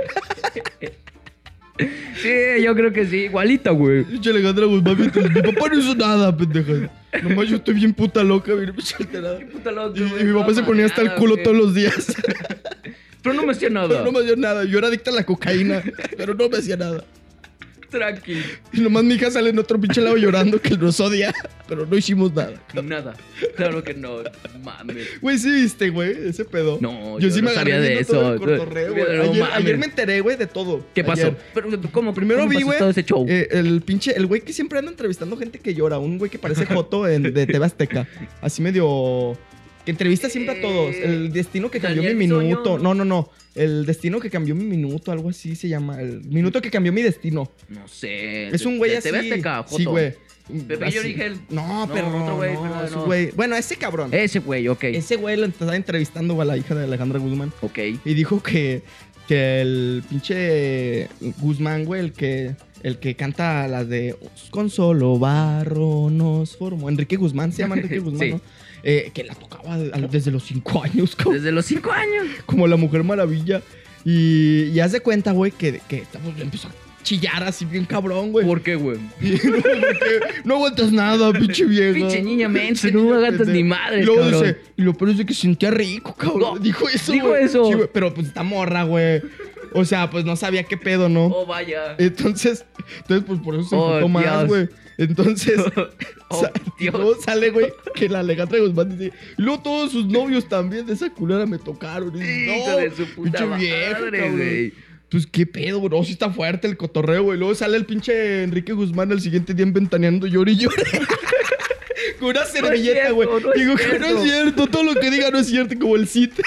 Sí, yo creo que sí, igualita, güey. Pinche Alejandra Guzmán, mientras mi papá no hizo nada, pendeja. Nomás yo estoy bien puta loca, mira, pinche alterada. Qué puta loca, Y, güey, y mi papá toda se ponía hasta el mareada, culo güey. todos los días. Pero no me hacía nada. Pero no me hacía nada. Yo era adicta a la cocaína, pero no me hacía nada. Tranqui. Y nomás mi hija sale en otro pinche lado llorando que nos odia, pero no hicimos nada. Nada. Claro que no. Mames. Güey, sí viste, güey, ese pedo. No, yo yo sí no me sabía agarré de viendo todo eso. el cotorreo, güey. No Ayer, mames. ayer me enteré, güey, de todo. ¿Qué pasó? Ayer. Pero, ¿cómo? Primero ¿Cómo vi, pasó güey, todo ese show? eh, el pinche, el güey que siempre anda entrevistando gente que llora, un güey que parece Joto en, de T V Azteca, así medio... Que entrevista siempre a todos. El destino que cambió Daniel mi minuto. Bisoño. No, no, no. El destino que cambió mi minuto, algo así se llama. El minuto que cambió mi destino. No sé. Es un güey de así. T V Azteca, Sí, Joto. güey. Pepe Así. Origel. No, No, pero otro güey, no, pero es un no. güey. Bueno, ese cabrón. Ese güey, ok. Ese güey lo estaba entrevistando güey, a la hija de Alejandra Guzmán. Ok. Y dijo que, que el pinche Guzmán, güey, el que, el que canta las de Con solo barro nos formó. Enrique Guzmán, se llama Enrique Guzmán, Sí. ¿no? Eh, que la tocaba a- desde los cinco años, como, Desde los cinco años. como la Mujer Maravilla. Y, y haz de cuenta, güey, que, que pues, empezó a chillar así bien cabrón, güey. ¿Por qué, güey? Y no, porque no aguantas nada, pinche vieja. Pinche niña mensa, Pinche no niña aguantas pendeja. ni madres, Y luego cabrón. dice, y lo peor es de que se sentía rico, cabrón. No, dijo eso, dijo güey. eso. Sí, güey, pero pues está morra, güey. O sea, pues no sabía qué pedo, ¿no? Oh, vaya. Entonces, entonces, pues por eso se Oh, enfocó más, Dios. güey. Entonces, Oh, sa- Dios. luego sale, güey, que la Alejandra Guzmán dice, y luego todos sus novios también de esa culera me tocaron. Y dice, Hijo no, de su puta pinche vieja, madre, cabrón. güey. Pues qué pedo, bro. Sí está fuerte el cotorreo, güey. Luego sale el pinche Enrique Guzmán el siguiente día ventaneando llore y llore. Con una servilleta, cierto, güey. no es Digo que no cierto. es cierto. Todo lo que diga no es cierto, como el Cid.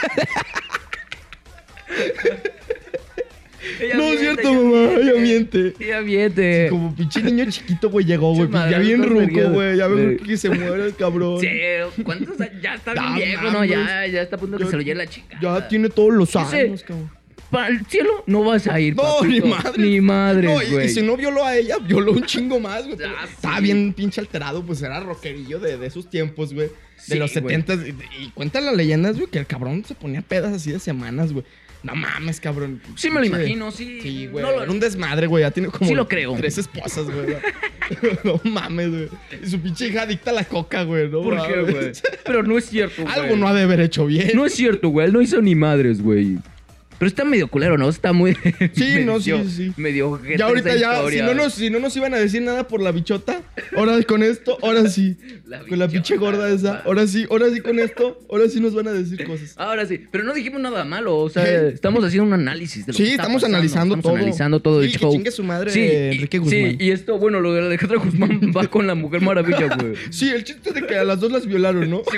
Ella No es miente, cierto, mamá. Ella miente. Ella miente. Como pinche niño chiquito, güey, llegó, güey. Che, madre, Ya bien estás ruco, vergueado. güey. Ya veo Sí. que se muere el cabrón. Sí, ¿cuántos años? Ya está bien No viejo, ¿no? mames. Ya, ya está a punto de que Ya- se lo lleve la chica. Ya tiene todos los Ese- años, cabrón. Para el cielo no vas a ir, No, papito. ni madre. Ni madre, No, y, güey. y si no violó a ella, violó un chingo más, güey. Ah, Estaba sí. bien pinche alterado, pues era rockerillo de, de esos tiempos, güey. De Sí, los güey. setentas. Y, y cuentan las leyendas, güey, que el cabrón se ponía pedas así de semanas, güey. No mames, cabrón. Sí me lo Pinche- imagino, sí. Sí, güey. No lo- Era un desmadre, güey. Ya tiene como Sí lo creo. tres esposas, güey. No mames, güey. Y su pinche hija adicta a la coca, güey. No ¿Por qué, mames. güey? Pero no es cierto, güey. Algo no ha de haber hecho bien. No es cierto, güey. Él no hizo ni madres, güey. Pero está medio culero, ¿no? Está muy... Sí, no, sí, medio- sí. Medio ojete Ya ahorita esa ya, si historia. no, nos, si no nos iban a decir nada por la bichota, ahora con esto, ahora sí. La con la pinche bichota, gorda esa, papá. ahora sí, ahora sí con esto, ahora sí nos van a decir cosas. Ahora sí. Pero no dijimos nada malo. O sea, ¿Qué? estamos haciendo un análisis de lo Sí, que está estamos pasando. analizando estamos todo. analizando todo el Sí, que show. chingue su madre, sí, y- Enrique Guzmán. Sí, y esto, bueno, lo de Alejandra Guzmán va con la Mujer Maravilla, güey. Sí, el chiste es de que a las dos las violaron, ¿no?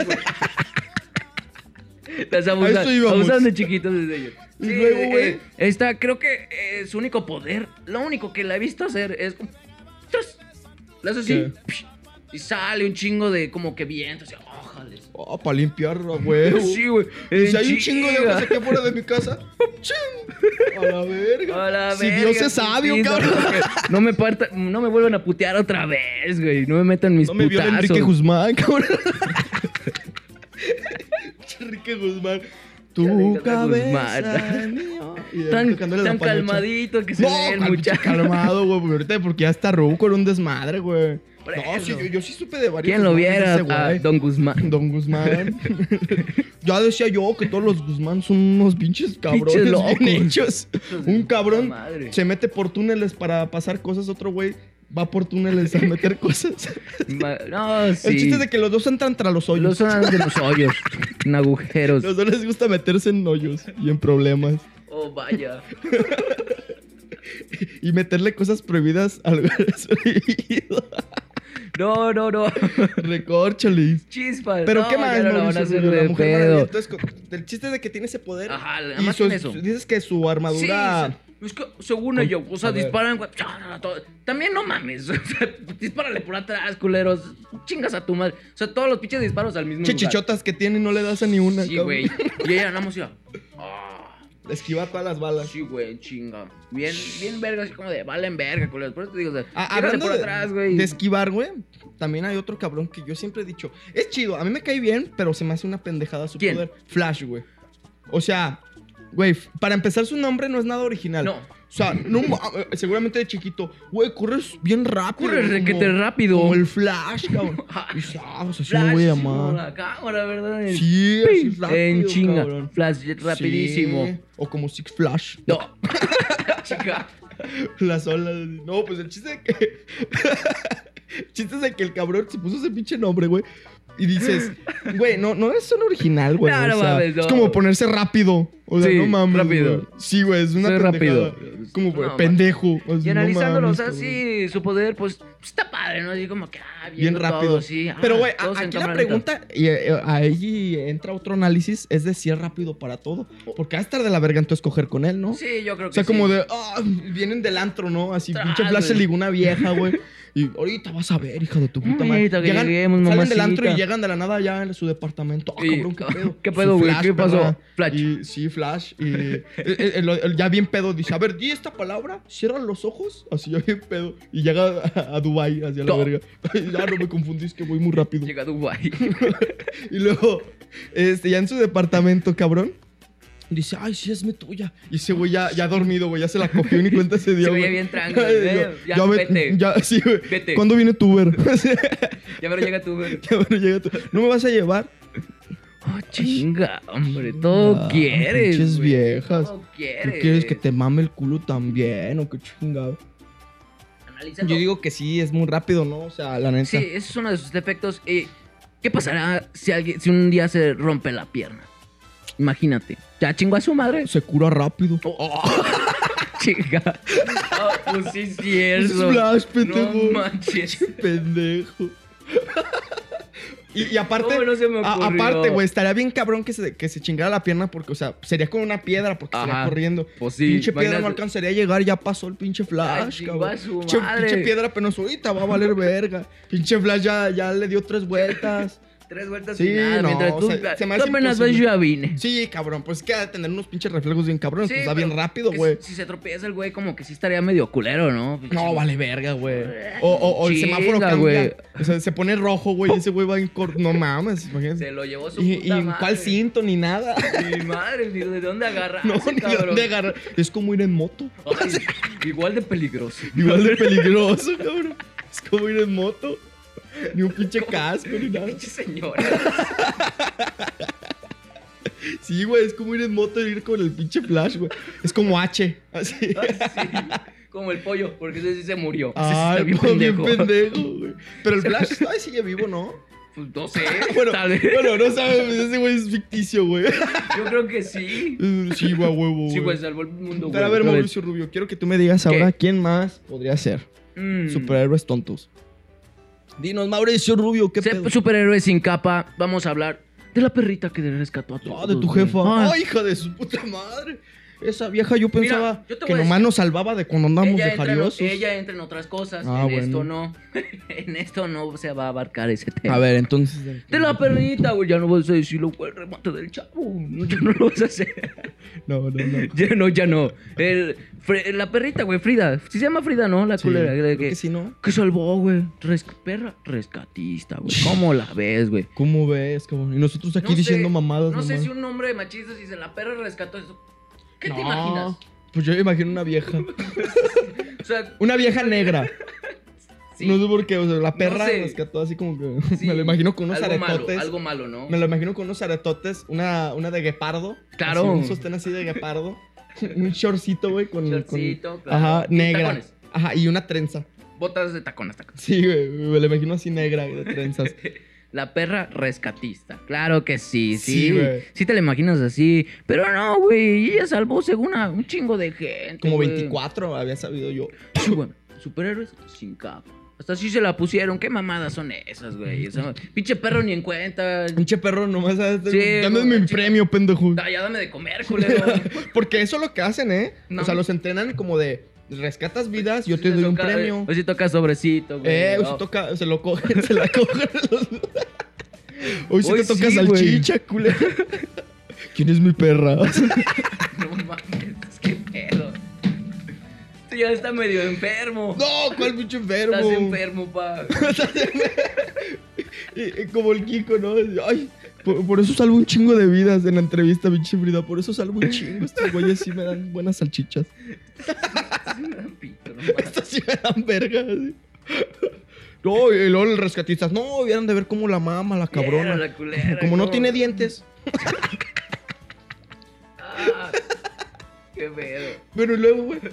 Las A abusan, esto íbamos. abusan de chiquitos desde ellos. Y luego, güey. eh, Esta, creo que eh, su único poder, lo único que la he visto hacer es como... ¡tras! La hace así. ¿Qué? psh, Y sale un chingo de como que viento. Así, ¡ójales! Oh, para limpiar, güey. Sí, güey. Y si en hay un chingo de chinga. hojas aquí afuera de mi casa, ¡chin! A la verga. A la si verga, Dios es sabio, putito, cabrón. porque No me parta, no me vuelvan a putear otra vez, güey. No me metan mis No me viola putazos. Enrique Guzmán, cabrón. Enrique Guzmán. Tu Guzmán. cabeza, mío. Y Tan, tocándole la tan panocha. calmadito que se No, ve el cuál pinche muchacho. calmado, güey, porque ahorita porque ya está ruco, era un desmadre, güey. Por No, eso. sí, yo, yo sí supe de varios. ¿Quién lo desmadres de viera? ese güey. A Don Guzmán. Don Guzmán. Ya decía yo que todos los Guzmán son unos pinches cabrones Pinches locos. bien hechos. Hijos de Un puta cabrón madre. se mete por túneles para pasar cosas, otro güey va por túneles a meter cosas. Ma- No, sí. El chiste es de que los dos entran tras los hoyos. Los son de los hoyos. En agujeros. Los dos les gusta meterse en hoyos y en problemas. Oh, vaya. Y meterle cosas prohibidas a lugares prohibidos. No, no, no. Recórcholis. Chispas. Pero no, ¿qué más, ya no la van a Mauricio hacer Rubio? La de Mujer Maravilla. pedo. Entonces, co- el chiste es de que tiene ese poder. Ajá, nada y más su- tiene eso. dices que su armadura... Sí, es que según Con- ellos, o sea, a ver. disparan. güey, todo. También no mames. O sea, dispárale por atrás, culeros. Chingas a tu madre. O sea, todos los pinches disparos al mismo lugar. Chichichotas que tiene y no le das a ni una. Sí, cabrón. güey. Y ella nada más iba. Ah, Esquiva todas las balas. sí, güey, chinga. Bien, bien verga, así como de valen verga, culeros. Por eso te digo, o sea, Ah, llégale hablando por de, atrás, güey. de esquivar, güey, también hay otro cabrón que yo siempre he dicho. Es chido, a mí me cae bien, pero se me hace una pendejada su ¿Quién? poder. Flash, güey. O sea, güey, f- para empezar su nombre no es nada original. No. O sea, no, ma- seguramente de chiquito, güey, corres bien rápido. Corres como- requete rápido. Como el Flash, cabrón. Y dices, ah, pues así me Flash, voy a como llamar. la cámara, ¿verdad? Sí, así rápido, En chinga. cabrón. Flash rapidísimo. Sí, o como Six Flash. No. Chica. Las olas. No, pues el chiste de que. El chiste es de que el cabrón se puso ese pinche nombre, güey. Y dices, güey, no, no es un original, güey. No, o no sea, mames, no. Es como ponerse rápido. O sea, Sí, no mames. rápido. güey. Sí, güey, es una Soy pendejada. rápido. Como güey, No, pendejo. O Y sea, no analizándolo, o mames, sea, cabrón. sí, su poder, pues, está padre, ¿no? Así como que, ah, Bien viendo rápido. todo, sí, ah, Pero, güey, a- todos en aquí la cámara lenta. pregunta, y eh, ahí entra otro análisis, es de si es rápido para todo. Porque va a estar de la verga entonces coger con él, ¿no? Sí, yo creo O que sea, como sí. de, ah, vienen del antro, ¿no? Así, Tras, pinche Flash se güey. ligó una vieja, güey. Y ahorita vas a ver, hija de tu puta madre. Ahorita que Llegan, lleguemos, salen del antro y mamacita. llegan de la nada ya en su departamento. Ah, Y- cabrón, qué pedo. ¿Qué Su pedo, güey? ¿Qué pasó? ¿verdad? Flash. Y, sí, Flash. Y el- el- el- ya bien pedo dice, a ver, di esta palabra, cierra los ojos. Así ya bien pedo. Y llega a, a Dubai hacia la No. verga. Ya no me confundís que voy muy rápido. Llega a Dubái. Y luego, este, ya en su departamento, cabrón. Dice, ay, sí, es mi tuya. Y ese güey ya, ya dormido, güey, ya se la cogió y ni cuenta se dio. Se veía güey. bien tranquilo, Ay, eh, yo- ya, me- vete. Ya, sí, güey. Vete. ¿Cuándo viene tu Uber? Ya pero llega tu güey. Ya, bueno, llega tu- ¿No me vas a llevar? Oh, chinga, hombre, todo Ah, quieres, pinches güey. viejas. Todo ¿Tú quieres. quieres que te mame el culo también o qué chingado? Analízalo. Yo digo que sí, es muy rápido, ¿no? O sea, la neta. Sí, ese es uno de sus defectos. Eh, ¿Qué pasará si, alguien, si un día se rompe la pierna? Imagínate. Ya chingó a su madre. Se cura rápido. Oh, chica. Ah, pues sí, es Es cierto. Flash, pendejo. No manches. Pendejo. Y, y aparte, ¿Cómo no se me a- ocurrió? aparte, güey, estaría bien cabrón que se, que se chingara la pierna porque, o sea, sería con una piedra porque Ajá. estaría corriendo. Pues sí, Pinche piedra no imagínate. alcanzaría a llegar, ya pasó el pinche Ay, Flash, chingó cabrón. a su Pinche, madre. pinche piedra apenas ahorita va a valer verga. Pinche Flash ya, ya le dio tres vueltas. Tres vueltas Sí, y nada. no, mientras tú, o sea, se me tú hace apenas vas, imposible. yo ya vine. Sí, cabrón, pues es que ha de tener unos pinches reflejos bien cabrones, Sí, pues va pero bien rápido, que güey. Si, si se tropieza el güey, como que sí estaría medio culero, ¿no? No, vale verga, güey. O, o, o el Chinga, semáforo cambia. güey. O sea, se pone rojo, güey, y ese güey va en cor... No mames, imagínate. Se lo llevó su Y, puta y madre. cuál cinto ni nada. Mi madre, ni de dónde agarrar. No, ni de dónde agarrar. Es como ir en moto. Igual de peligroso. Igual de peligroso, cabrón. Es como ir en moto. Ni un pinche casco, ni nada. Pinche señora. Sí, güey, es como ir en moto y ir con el pinche Flash, güey. Es como H. Así. Sí, como el pollo, porque ese sí se murió. Ese sí Ah, está bien bien pendejo. pendejo, güey. Pero el Flash, ay, sigue vivo, ¿no? Pues no sé, Bueno, tal vez. bueno, no sabes, ese güey es ficticio, güey. Yo creo que sí. Sí, güey, a huevo, Sí, güey. pues salvó el mundo, güey. Pero a ver, otra vez. Mauricio Rubio, quiero que tú me digas ahora quién más podría ser Mm. superhéroes tontos. Dinos, Mauricio Rubio, ¿qué Se- pedo? Superhéroe sin capa. Vamos a hablar de la perrita que rescató a todos. Ah, de tu güey. jefa. Ah, Ay, hija de su puta madre. Esa vieja yo pensaba yo te que voy a nomás decir- nos salvaba de cuando andamos ella, de entra en, jariosos. ella entra en otras cosas. Ah, en bueno. esto no. En esto no se va a abarcar ese tema. A ver, entonces. De la perrita, güey. Ya no vas a decirlo, güey. El remate del chavo. No, ya no lo vas a hacer. No, no, no. Ya no, ya no. El, Fre- la perrita, güey, Frida. Sí se llama Frida, ¿no? La Sí, culera. creo que, que sí, ¿no? que salvó, güey. Res- perra rescatista, güey. ¿Cómo la ves, güey? ¿Cómo ves, cabrón? Y nosotros aquí No sé- diciendo mamadas, No sé nomás. si un hombre machista dice la perra rescató eso. ¿Qué te No, imaginas? Pues yo me imagino una vieja. O sea, Una vieja negra. sí. No sé por qué, o sea, la perra sé. rescató así como que... Sí, Me lo imagino con unos algo aretotes. Malo, algo malo, ¿no? Me lo imagino con unos aretotes, una, una de guepardo. Claro. Así, un sostén así de guepardo. Un shortcito, güey, con... Shortcito, con- claro. Ajá, Y negra. tacones. Ajá, y una trenza. Botas de tacón hasta acá. Sí, güey, me lo imagino así negra, de trenzas. La perra rescatista. Claro que sí, sí. Sí, Sí, güey. te la imaginas así. Pero no, güey. Ella salvó según a un chingo de gente. Como güey. veinticuatro había sabido yo. Sí, güey. Superhéroes sin capa. Hasta así se la pusieron. ¿Qué mamadas son esas, güey? O sea, pinche perro ni en cuenta. Pinche perro nomás, ¿sabes? Sí, Dame güey, mi chica. premio, pendejo. Da, ya dame de comer, culero. Porque eso es lo que hacen, ¿eh? No. O sea, los entrenan como de rescatas vidas, yo Si te doy un toca- premio. Hoy sí toca sobrecito, güey. Eh, hoy No. se toca, se lo cogen, se la cogen. Hoy sí Hoy te toca sí, salchicha, culero. ¿Quién es mi perra? No mames, es que pedo. Este ya está medio enfermo. No, ¿cuál pinche enfermo? Estás enfermo, pa. Y- y como el Kiko, ¿no? Ay, por, por eso salvo un chingo de vidas en la entrevista, pinche Frida. Por eso salvo un chingo. Estos güeyes sí me dan buenas salchichas. Sí me dan pito, no mames. Estos sí me dan verga. así. No, y luego el rescatista. No, vieron de ver cómo la mama, la cabrona. Era la culera, Como no ¿cómo? tiene dientes. Ah, qué pedo. Pero luego, güey.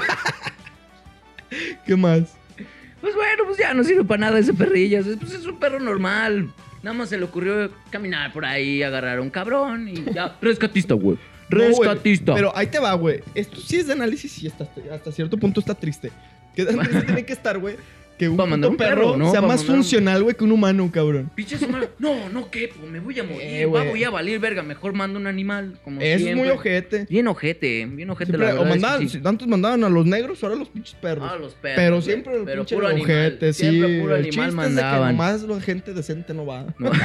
¿Qué más? Pues bueno, pues ya no sirve para nada ese perrillo. Es- Pues es un perro normal. Nada más se le ocurrió caminar por ahí, agarrar a un cabrón y ya. Rescatista, güey. No, güey, Rescatista. pero ahí te va, güey. Esto sí es de análisis y hasta, hasta cierto punto está triste. Que tan triste tiene que estar, güey. Que un Pa' mandar puto un perro, perro, ¿no? sea Pa' más mandar un- funcional, güey, que un humano, cabrón. Pinches humanos. No, no quepo, me voy a morir. Eh, va, güey. voy a valer verga. Mejor mando un animal. Como Eso es siempre. muy ojete. Bien ojete, bien ojete Siempre- la o verdad. es que mandaban, sí. si antes mandaban a los negros, ahora a los pinches perros. Ah, los perros. Pero güey. siempre el Pero pinche puro animal. ojete, sí. Siempre puro el animal chiste es de mandaban. que nomás la gente decente no va. No.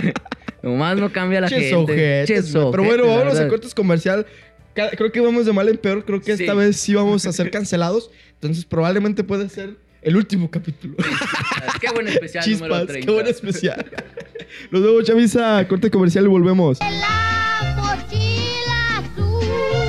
Nomás no cambia la Pinches gente. ojetes, Pinches güey. Pero ojetes, bueno, la vámonos a verdad. cortes comercial. Ca- Creo que vamos de mal en peor. Creo que Sí. esta vez sí vamos a ser cancelados. Entonces probablemente puede ser el último capítulo. Qué buen especial número Chispas, treinta. qué buen especial. Nos vemos, Chavisa. Corte comercial y volvemos. La mochila azul,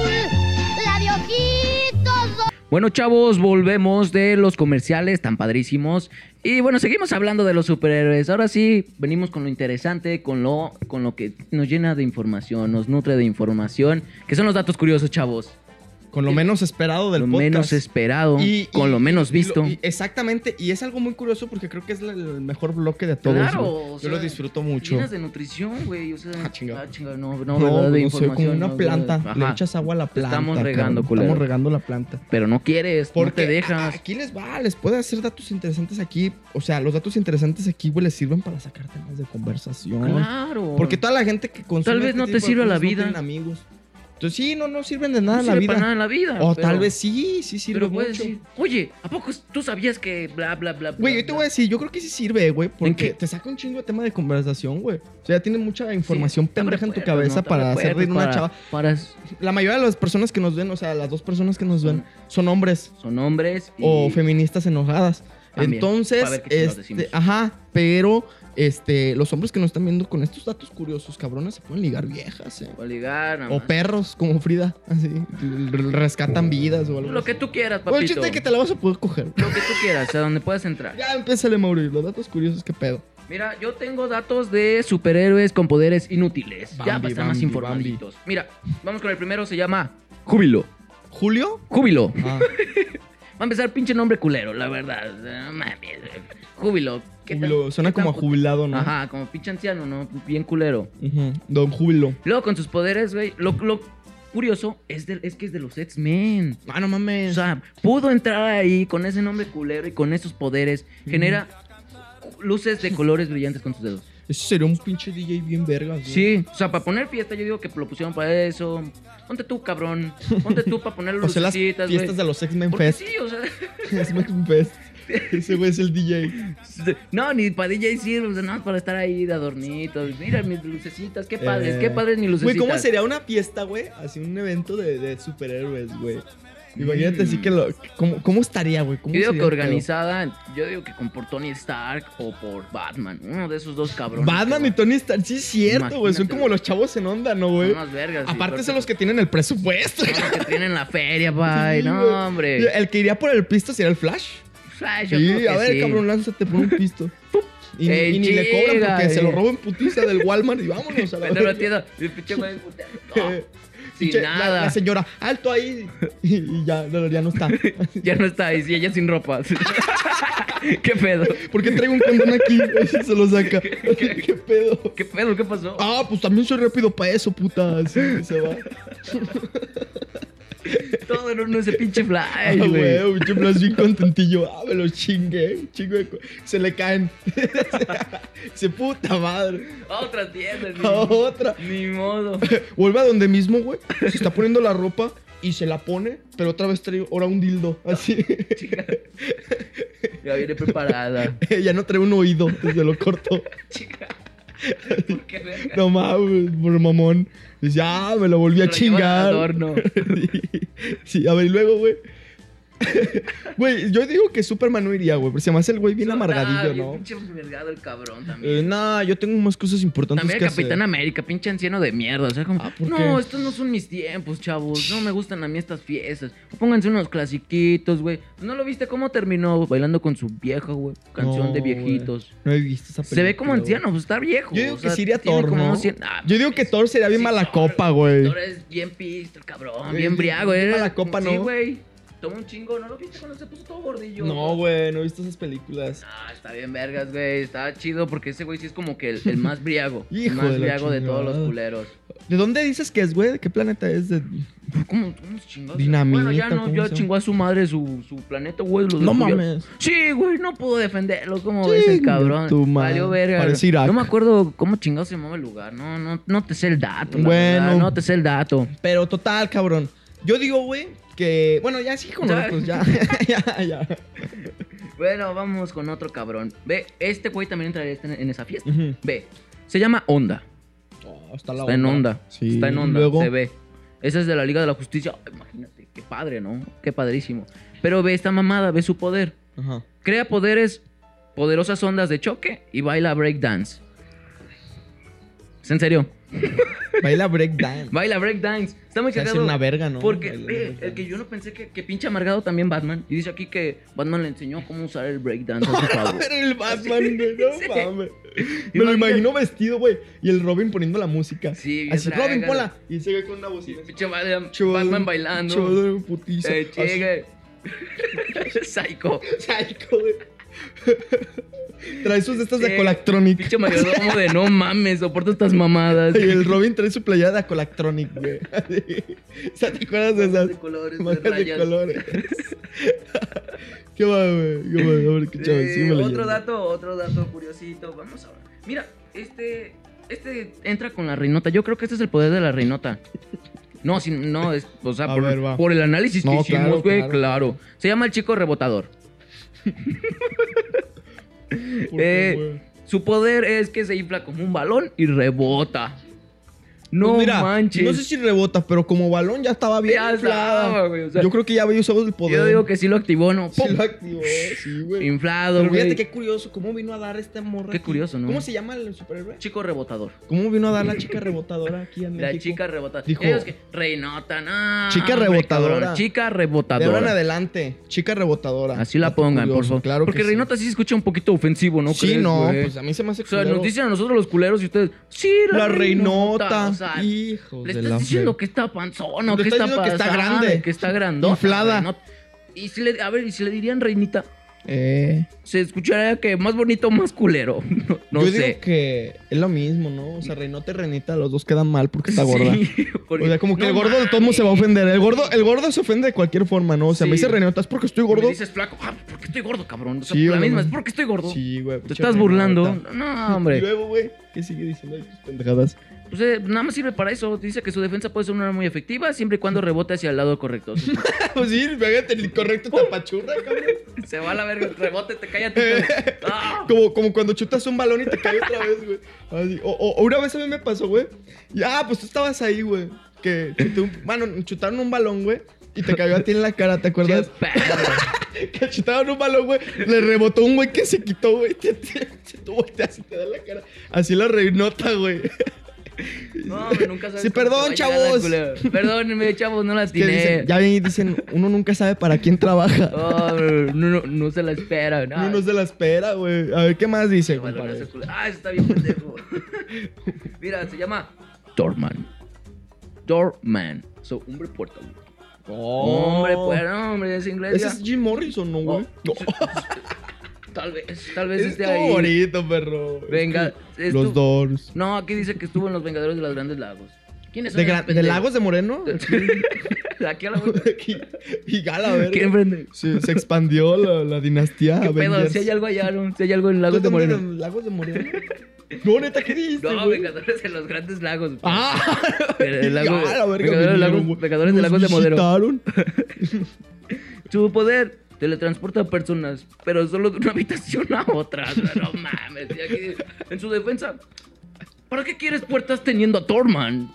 la de ojitos. Bueno, chavos, volvemos de los comerciales tan padrísimos. Y bueno, seguimos hablando de los superhéroes. Ahora sí, venimos con lo interesante, con lo, con lo que nos llena de información, nos nutre de información, que son los datos curiosos, chavos. Con lo menos esperado del Lo podcast. menos esperado, Y- con y- lo menos y visto. y- exactamente. Y es algo muy curioso porque creo que es la- el mejor bloque de todos. Claro, güey. o Yo sea, lo disfruto mucho. Llenas de nutrición, güey. O sea, Ah, chingado. ah, chingado, no, no, No, ¿verdad? De no sé, como información. una no, planta. Ajá. Le echas agua a la Te planta. estamos regando, cabrón. culero. Estamos regando la planta. Pero no quieres, Porque no te dejas. a- aquí les va, les puede hacer datos interesantes aquí. O sea, los datos interesantes aquí, güey, les sirven para sacar temas de conversación. Claro. Porque toda la gente que consume Tal vez este no tipo te de sirve a la cosas no vida. tienen amigos. Entonces sí, no, no sirven de nada no en la sirve vida. para nada en la vida. O pero- tal vez sí, sí sirve Pero puedes mucho. decir, oye, ¿a poco tú sabías que bla, bla, bla, bla? Güey, yo te voy a decir, yo creo que sí sirve, güey, porque qué? te saca un chingo de tema de conversación, güey. O sea, tienes mucha información Sí, te abre pendeja en tu puertas, cabeza ¿no? Te para abre hacer reír puertas, una para- chava. Para... La mayoría de las personas que nos ven, o sea, las dos personas que nos ven, son hombres Son hombres y... o feministas enojadas. También, Entonces, para ver qué chingados este, decimos. ajá, pero este, los hombres que nos están viendo con estos datos curiosos, cabrones, se pueden ligar viejas, eh. O ligar, nada O más. perros, como Frida, así, r- rescatan vidas o algo Lo así. que tú quieras, O el papito. chiste es que te la vas a poder coger. Lo que tú quieras, a donde puedas entrar. Ya, empiézale, Mauri, los datos curiosos, qué pedo. Mira, yo tengo datos de superhéroes con poderes inútiles. ya Bambi, para estar más Bambi, informaditos. Mira, vamos con el primero, se llama Júbilo. ¿Julio? Júbilo. Ah, Va a empezar pinche nombre culero, la verdad. O sea, no mames, güey. Júbilo. ¿Qué tan- Júbilo, suena qué tan como a pu- jubilado, ¿no? Ajá, como pinche anciano, ¿no? Bien culero. Ujú, Don Júbilo. Luego con sus poderes, güey. Lo, lo curioso es, de- es que es de los X-Men. Ah, no mames. O sea, pudo entrar ahí con ese nombre culero y con esos poderes. Genera luces de colores brillantes con sus dedos. Ese sería un pinche D J bien verga. Sí, o sea, para poner fiesta, yo digo que lo pusieron para eso. Ponte tú, cabrón. Ponte tú para poner O sea, las lucecitas, fiestas güey. de los X-Men Porque Fest. sí, o sea. X-Men Fest. Ese güey es el D J. No, ni para D J sirve, o sea, no, para estar ahí de adornitos. Mira mis lucecitas, qué padres, Eh, qué padres mis lucecitas. Güey, ¿cómo sería una fiesta, güey? Así un evento de, de superhéroes, güey. Imagínate así que lo... ¿Cómo, cómo estaría, güey? ¿Cómo Yo digo sería que el pedo? organizada, yo digo que con por Tony Stark o por Batman. Uno de esos dos cabrones. Batman que y Tony Stark, sí es cierto, güey. Son Imagínate, como güey. los chavos en onda, ¿no, güey? Son unas vergas. sí, Aparte porque son los que tienen el presupuesto. son los que tienen la feria, pay. Sí, güey. No, hombre. El que iría por el pisto sería el Flash. Flash, yo Sí, creo que a ver, sí. cabrón, lánzate por un pisto. Pum. Y, ni- Ey, y ni le cobran chica, porque se lo eh. roban putiza del Walmart y vámonos a la Pero no verga. entiendo. El pinche güey, puta, no, sin Pinche- la- nada. La, señora, alto ahí. Y, y ya, no, ya no está. Ya no está ahí, sí, ella sin ropa. ¿Qué pedo? ¿Por qué traigo un condón aquí? Ahí sí se lo saca. ¿Qué pedo? ¿Qué pedo? ¿Qué pasó? Ah, pues también soy rápido para eso, puta. Así se va. Todo en uno ese pinche flash, Ah, güey. güey, pinche Flash bien contentillo. Ah, me los chingué. Un chingo de co- Se le caen. Se puta madre. A otra tienda, ni, A otra. ni modo. Vuelve a donde mismo, güey. Se está poniendo la ropa y se la pone, pero otra vez trae ahora un dildo. Así. Chica. Ya viene preparada. Ya no trae un oído desde lo corto. Chica. ¿Por qué verga? No mames, por mamón. Dice, ah, me lo volví a Lo llevan al chingar. adorno. Sí. Sí, a ver, y luego, güey. Güey, yo digo que Superman no iría, güey, porque se me hace el güey bien Ah, amargadillo, bien ¿no? Pinche vergado el cabrón Eh, también. nah, yo tengo más cosas importantes También que el Capitán hacer. América, pinche anciano de mierda. O sea, como, Ah, ¿por no, qué? estos no son mis tiempos, chavos. No me gustan a mí estas fiestas. Pónganse unos clasiquitos, güey. ¿No lo viste cómo terminó bailando con su vieja, güey? Canción No, de güey. viejitos. No he visto esa película. Se ve como güey. anciano, pues está viejo. Yo digo o que sea, sí iría tiene Thor, como ¿no? unos cien- ah, Yo digo que Thor sería bien sí, mala Thor, copa, güey. Thor es bien pisto, el cabrón, Sí, bien briago. bien era- mala copa, Sí, ¿no? güey. Tomó un chingo, ¿no lo viste cuando se puso todo gordillo? No, güey, no he visto esas películas. Ah, está bien vergas, güey. Está chido porque ese güey sí es como que el, el más briago. el Hijo más de la briago de todos los chingada. culeros. ¿De dónde dices que es, güey? ¿De qué planeta es? De... ¿Cómo? ¿Cómo se chingó? Dinamita, Bueno, ya no, ¿cómo ya se llama? chingó a su madre su, su planeta, güey. lo No descubrió. mames. Sí, güey, no pudo defenderlo. ¿Cómo ves el Chinga cabrón? tu madre. Valió verga. Parece Irak. No me acuerdo cómo chingado se llamaba el lugar. No, no, no te sé el dato. la Bueno. verdad, no te sé el dato. Pero total, cabrón. Yo digo, güey, que... Bueno, ya sí con Ya. nosotros, ya. ya, ya. Bueno, vamos con otro cabrón. Ve, este güey también entraría en en esa fiesta. Ujú. Ve, se llama Onda. Oh, está la Está en onda. Sí. Está en onda. Luego, Se ve. Esa es de la Liga de la Justicia. Ay, imagínate, qué padre, ¿no? Qué padrísimo. Pero ve esta mamada, ve su poder. Ajá. Crea poderes, poderosas ondas de choque y baila breakdance. ¿Es en serio? Baila breakdance. Baila breakdance. Está muy Se hace cagado. una verga, ¿no? Porque Baila ve, breakdance. el que yo no pensé que, que pinche amargado también Batman. Y dice aquí que Batman le enseñó cómo usar el breakdance a su favor. Era el Batman, güey, no Sí. mames. Me lo Imagínate. imagino vestido, güey. Y el Robin poniendo la música. Sí, bien Así, draga, Robin, ¿no? ponla. Y se ve con una bocina. Pinche Batman, Chaval, Batman bailando. chaval, putiza. Eh, Así. chegue. Psycho. Psycho, güey. Trae sus de estas de Sí, Colactronic. Pinche mayordomo de no mames, soporto estas mamadas. Y el Robin trae su playera de Colactronic, güey. Así. O sea, ¿te acuerdas de esas? de colores, de Mangas de rayas. colores. Qué va, güey. Qué va, a ver qué chaval. Eh, sígueme otro leyendo. dato, otro dato curiosito. Vamos a ver. Mira, este, este entra con la reinota. Yo creo que este es el poder de la reinota. No, si, no, es, o sea, A por, ver, va. por el análisis que No, hicimos, claro, güey, claro, claro, claro. Se llama el chico rebotador. ¿Por Eh, qué, güey? Su poder es que se infla como un balón y rebota. No Pues mira, manches. no sé si rebota, pero como balón ya estaba bien Ya inflada. estaba, güey, o sea, Yo creo que ya había usado el poder. Yo digo que sí lo activó, ¿no? sí ¡Pum! lo activó, sí, güey. Inflado, Pero güey. fíjate qué curioso, cómo vino a dar esta morra. Qué aquí? curioso, ¿no? ¿Cómo se llama el superhéroe? Chico rebotador. ¿Cómo vino a dar la chica rebotadora aquí en La México? chica rebotadora. Dijo- Ellos que reinota, no. Chica hombre, rebotadora. cabrón. Chica De ahora en rebotadora. adelante, chica rebotadora. Así la Dato pongan, por curioso, favor. Claro Porque que sí. reinota sí se escucha un poquito ofensivo, ¿no? Sí, crees, no, güey? pues a mí se me hace O sea, culero. nos dicen a nosotros los culeros y ustedes. Sí, la, La reinota. O sea, Hijos le de estás la diciendo fre- que está panzona o Le que estás está diciendo que está pasada, grande. que está grandota. Inflada. güey, ¿no? Y si le, a ver, y si le dirían reinita, Eh, se escucharía que más bonito o más culero. No, no yo sé. digo que es lo mismo, ¿no? O sea, reinota y reinita, los dos quedan mal porque está gorda. Sí, porque- O sea, como que no el gordo de todos modos se va a mames. ofender. El gordo, el gordo se ofende de cualquier forma, ¿no? O sea, Sí. me dice reinota, ¿es porque estoy Y gordo? me dices flaco, ah, porque estoy gordo, cabrón. O sea, Sí, la güey, misma, no. es porque estoy gordo. Sí, güey. Te pinche estás burlando. reinota. No, Y hombre. luego, güey, ¿qué sigue diciendo ahí tus pendejadas? Pues eh, nada más sirve para eso. Dice que su defensa puede ser una arma muy efectiva siempre y cuando rebote hacia el lado correcto. Pues sí, fíjate, el correcto tapachurra, cabrón. Se va a la verga, rebote, te cae a ti. Pero... ¡Ah! Como, como cuando chutas un balón y te cae otra vez, güey. Así. O, o, o una vez a mí me pasó, güey. Y ah, pues tú estabas ahí, güey. Que chuté un, bueno, chutaron un balón, güey. Y te cayó a ti en la cara, ¿te acuerdas? Que chutaron un balón, güey. Le rebotó un güey que se quitó, güey. Te, te, te, tú volteas y te da en la cara. Así la reinota, güey. No, hombre, nunca sabes. Sí, cómo te perdón, va a llegar chavos. la culera. Perdónenme, chavos, no la Que atiné. dicen, ya ven, dicen, uno nunca sabe para quién trabaja. Oh, no, no, no se la espera. No, Uno no se la espera, güey. A ver, ¿qué más dice, no, no, compadre? no, no, ah, eso está bien pendejo. Mira, se llama Doorman. Doorman. So, hombre puerta, güey. Oh. Hombre puerta, no, hombre, es inglés. Ese ya. es Jim Morrison, ¿no, güey? Oh. Tal vez, tal vez Es esté como ahí. bonito, perro. Venga, Es que- estu- Los Doors. No, aquí dice que estuvo en Los Vengadores de los Grandes Lagos. ¿Quiénes son ¿De, esos Gra- de pendejos? Lagos de Moreno? Aquí a la vuelta. Aquí- y gala, a ver. ¿Quién prende? Se, se expandió la, la dinastía. ¿Qué pedo? Avengers. Si hay algo allá, ¿no? Si hay algo en Lagos de ¿Tú dónde Moreno. eres? ¿Lagos de Moreno? No, neta, ¿qué dijiste, No, güey? Vengadores de los Grandes Lagos. Ah, El lago- ya, la verga, Vengadores de vinieron, Lagos- güey. Vengadores de Nos Lagos de Modero. visitaron. Su poder teletransporta a personas, pero solo de una habitación a otra. No mames. Y aquí, en su defensa, ¿para qué quieres puertas teniendo a Thorman?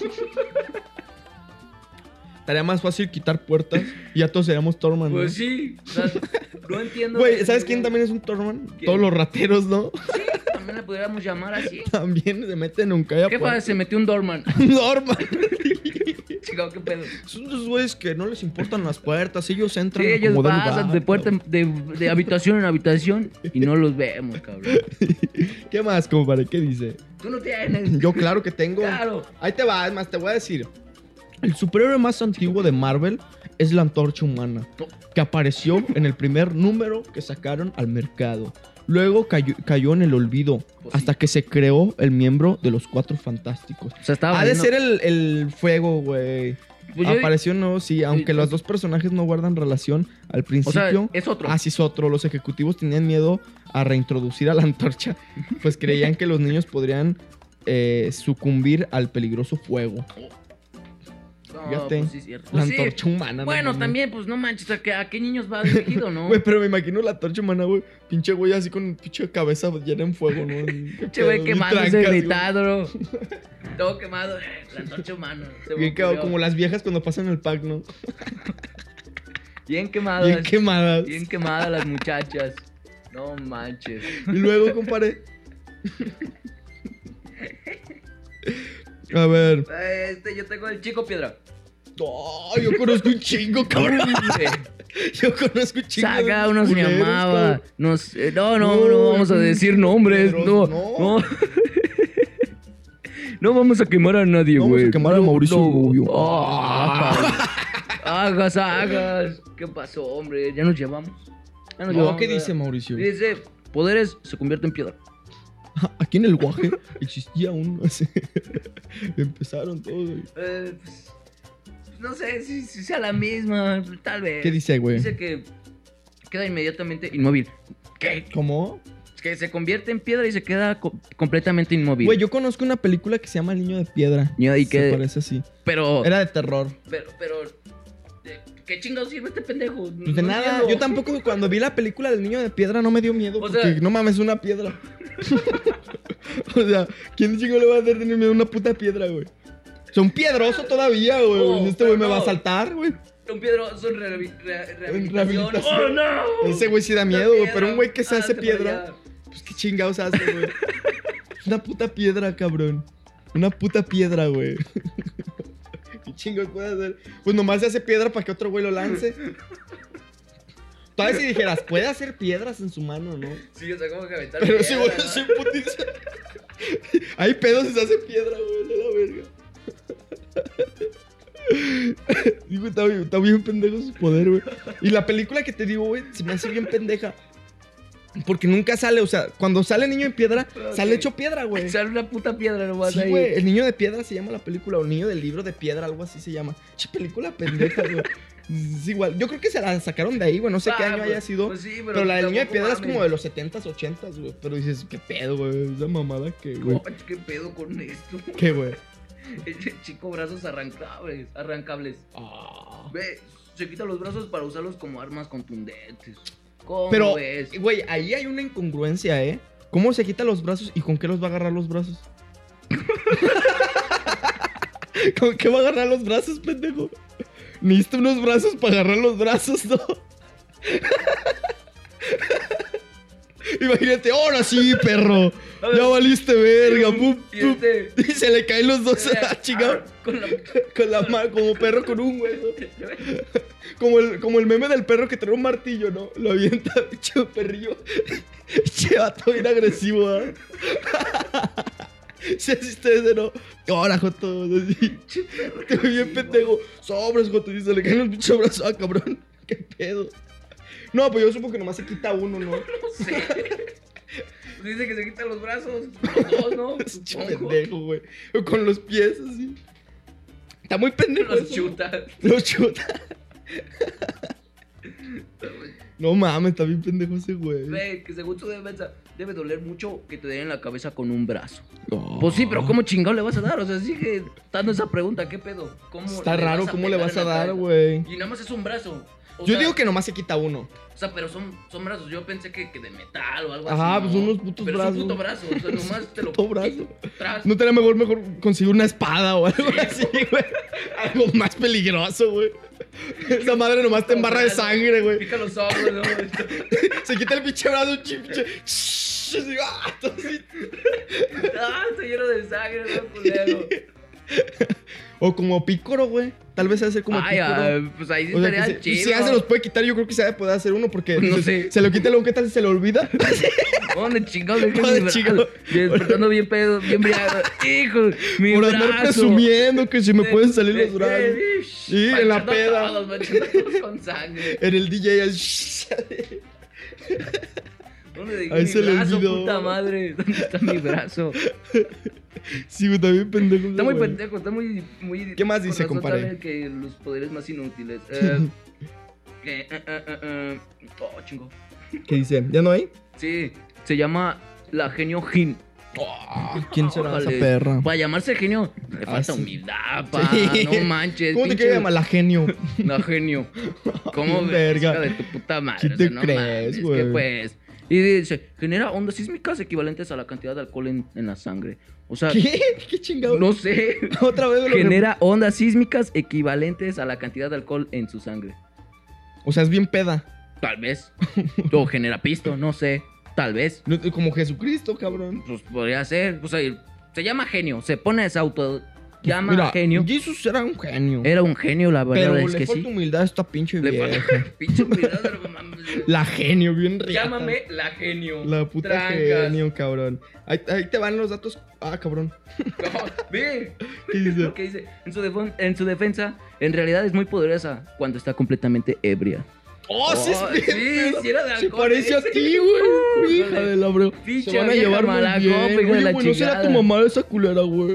Estaría más fácil quitar puertas y ya todos seríamos Torman, ¿no? Pues sí. O sea, no entiendo. Güey, ¿sabes quién también es un Torman? ¿Quién? Todos los rateros, ¿no? Sí, también le pudiéramos llamar así. También se meten en un calla. ¿Qué pasa? Se metió un Dorman. Norman. Chico, ¿qué pedo? Son esos güeyes que no les importan las puertas. Ellos entran Sí, a ellos como de pasan lugar, de puerta cabrón. de, de habitación en habitación y no los vemos, cabrón. ¿Qué más, compadre? ¿Qué dice? Tú no tienes. Yo claro que tengo. Claro. Ahí te va, es más, te voy a decir. El superhéroe más antiguo de Marvel es la Antorcha Humana, que apareció en el primer número que sacaron al mercado. Luego cayó, cayó en el olvido, Pues hasta sí. que se creó el miembro de los Cuatro Fantásticos. O sea, estaba Ha de valiendo- ser el, el fuego, güey. Pues yo- Apareció, no, sí, aunque Sí. los dos personajes no guardan relación al O principio. sea, es otro. Ah, sí, es otro. Los ejecutivos tenían miedo a reintroducir a la antorcha, pues creían que los niños podrían eh, sucumbir al peligroso fuego. No, Fíjate, pues sí, cierto. la Pues sí. antorcha humana. no Bueno, mames. también, pues no manches, ¿a qué, a qué niños va dirigido, no? Güey, pero me imagino la antorcha humana, güey. Pinche güey así con pinche cabeza llena en fuego, ¿no? Che, güey, Bien quemándose, trancas, güey. gritado. Todo quemado. eh, La antorcha humana. se me Bien quedado, ocurrió. como las viejas cuando pasan el pack, ¿no? Bien quemadas. Bien quemadas. Bien quemadas las muchachas. No manches. Y luego, compadre. A ver. Este, yo tengo el chico piedra. Oh, yo conozco un chingo, cabrón. Yo conozco un chingo. de Saga, uno se culeros, llamaba. cabrón. No, sé, no, no, No, no vamos a pinche decir nombres. No, culeros, no. no. No vamos a quemar a nadie, Vamos güey. a quemar a No, Mauricio no. Rubio. Ah, hagas, hagas. ¿Qué pasó, hombre? Ya nos llevamos. Ya nos No, llevamos, ¿qué ¿verdad? dice Mauricio? Dice, poderes se convierte en piedra. Aquí en el Guaje existía uno. así. Empezaron todos. güey. Eh, pues, no sé si, si sea la misma, tal vez. ¿Qué dice, güey? Dice que queda inmediatamente inmóvil. ¿Qué? ¿Cómo? Que se convierte en piedra y se queda co- completamente inmóvil. Güey, yo conozco una película que se llama El Niño de Piedra. Niño, ¿y Se qué? parece así. Pero, Era de terror. pero, pero, ¿de ¿qué chingados sirve este pendejo? Pues de No nada. entiendo. Yo tampoco, cuando vi la película del Niño de Piedra, no me dio miedo. O porque sea- no mames, una piedra. O sea, ¿quién chingo le va a hacer tener miedo a una puta piedra, güey? O sea, un piedroso todavía, güey. No, este güey me pero va a no. saltar, güey. Un piedro son rehabi- re- rehabilitación. rehabilitación. ¡Oh, no! Ese güey sí da Una miedo, güey. piedra. Pero un güey que se Ah, hace hazte para piedra. allá. Pues qué chingados hace, güey. Una puta piedra, cabrón. Una puta piedra, güey. ¿Qué chingos puede hacer? Pues nomás se hace piedra para que otro güey lo lance. Todavía si dijeras, puede hacer piedras en su mano, ¿no? Sí, o sea, como que aventar Pero piedra, si güey ¿no? se putiza. Hay pedos y se hace piedra, güey, de la verga. Digo, está bien, está bien pendejo su poder, güey. Y la película que te digo, güey, se me hace bien pendeja. Porque nunca sale, o sea, cuando sale Niño de Piedra, Ok. sale hecho piedra, güey. Sale una puta piedra nomás Sí, ahí. güey, el Niño de Piedra se llama la película, o el Niño del Libro de Piedra, algo así se llama. Che, película pendeja, güey. Es igual, yo creo que se la sacaron de ahí, güey, no sé qué Ah, año pues- haya sido. pues sí, pero pero, la del Niño de tampoco Piedra es mames. como de los setentas, ochentas, güey. Pero dices, qué pedo, güey, esa mamada que, güey. Oh, ¿qué pedo con esto? ¿Qué, güey? El chico brazos arrancables, arrancables. Ah. Ve, se quita los brazos para usarlos como armas contundentes. ¿Cómo Pero, ves? güey, ahí hay una incongruencia, ¿eh? ¿Cómo se quita los brazos y con qué los va a agarrar los brazos? ¿Con qué va a agarrar los brazos, pendejo? Necesito unos brazos para agarrar los brazos, ¿no? Imagínate, ahora sí, perro. Ya valiste verga. Pum, Y pum. este- Y se le caen los dos a la chica. Con la... Con la mano, como perro con un hueso. Como el, como el meme del perro que trae un martillo, ¿no? Lo avienta, pinche perrillo. Che, vato bien agresivo, ¿eh? Si asiste ese, ¿no? Ahora, Joto, así. Te ve bien pendejo. Sobres, Joto, y se le caen los pinches brazos. Ah, cabrón. ¿Qué pedo? No, pues yo supongo que nomás se quita uno, ¿no? No sé. Pues dice que se quitan los brazos. Los dos, ¿no? Es Supongo. pendejo, güey. O con los pies, así. Está muy pendejo. Los eso. chuta. Los chuta. No mames, está bien pendejo ese güey. Güey, que según su defensa, debe doler mucho que te den en la cabeza con un brazo. No. Pues sí, pero ¿cómo chingado le vas a dar? O sea, sigue dando esa pregunta, ¿qué pedo? ¿Cómo Está raro, ¿cómo le pegar vas en a la dar, cabeza? güey? Y nada más es un brazo. O Yo sea, digo que nomás se quita uno. O sea, pero son, son brazos. Yo pensé que, que de metal o algo Ajá, así. pues ¿no? unos putos pero brazos. Es un puto brazo. O sea, nomás te lo. Puto brazo. Tras. ¿No tenía mejor, mejor conseguir una espada o algo así, güey? Algo más peligroso, güey. Esa madre nomás te embarra de sangre, güey. Pica los ojos, ¿no? Se quita el pinche brazo, un pinche. Así, ah, todo así. Ah, estoy lleno de sangre, no, culero. O como pícoro, güey. Tal vez hace como Ay, pícoro. ah, pues ahí sí O sea, estaría que se- chido. si ya se los puede quitar, yo creo que se puede hacer uno porque No se, sé. se lo quita luego, ¿qué tal si se le olvida? ¿Dónde chingados dejé ¿Dónde mi brazo? chingado? Despertando bien pedo, bien briago. Hijo, mi Por brazo. andar presumiendo que se me pueden salir los Eh, brazos. eh, Sí, en la manchando peda. Todos, manchando todos con sangre. En el D J así. ¿Dónde dejé Ahí mi se le brazo, olvidó. puta madre? ¿Dónde está mi brazo? Sí, güey, también pendejo. Está muy güey. pendejo, está muy, muy... ¿Qué más con dice, razón compadre? sabe que los poderes más inútiles. Eh, que, eh, eh, eh, eh, oh, chingo. ¿Qué dice? ¿Ya no hay? Sí, se llama la genio Jin. ¿Quién será esa Órale. perra? Para llamarse genio, le Ah, falta sí. humildad, pa. Sí. No manches. ¿Cómo te pinche- quiere llamar? La genio. La genio. ¿Cómo Bien ves, verga. hija de tu puta madre? ¿Quién O te sea, no crees, mames, güey? que pues. Y dice, genera ondas sísmicas equivalentes a la cantidad de alcohol en, en la sangre. O sea, ¿Qué? ¿Qué chingado? no sé. Otra vez me lo Genera ondas sísmicas equivalentes a la cantidad de alcohol en su sangre. rep- O sea, es bien peda. Tal vez. O genera pisto, no sé. Tal vez. No, como Jesucristo, cabrón. Pues podría ser. O sea, se llama genio. Se pone ese auto. Llama Mira, genio. Jesús era un genio. Era un genio, la verdad pero es le que falta sí. humildad a esta pinche Le vieja. falta pinche humildad, pero mames. La genio, bien riata. Llámame la genio. La puta Trancas. genio, cabrón. Ahí, ahí te van los datos. Ah, cabrón. No, ve. ¿Qué dice? Lo que dice. En su, defon- en su defensa, en realidad es muy poderosa cuando está completamente ebria. Oh, sí, Oh, es bien sí, pedo. sí era de Se alcohol, parece a ese. ti, güey. Hija Híjole. de la bro. Pinche Se van a vieja llevar muy mala bien. copa, hijo de Oye, la güey, no será chingada. tu mamá esa culera, güey.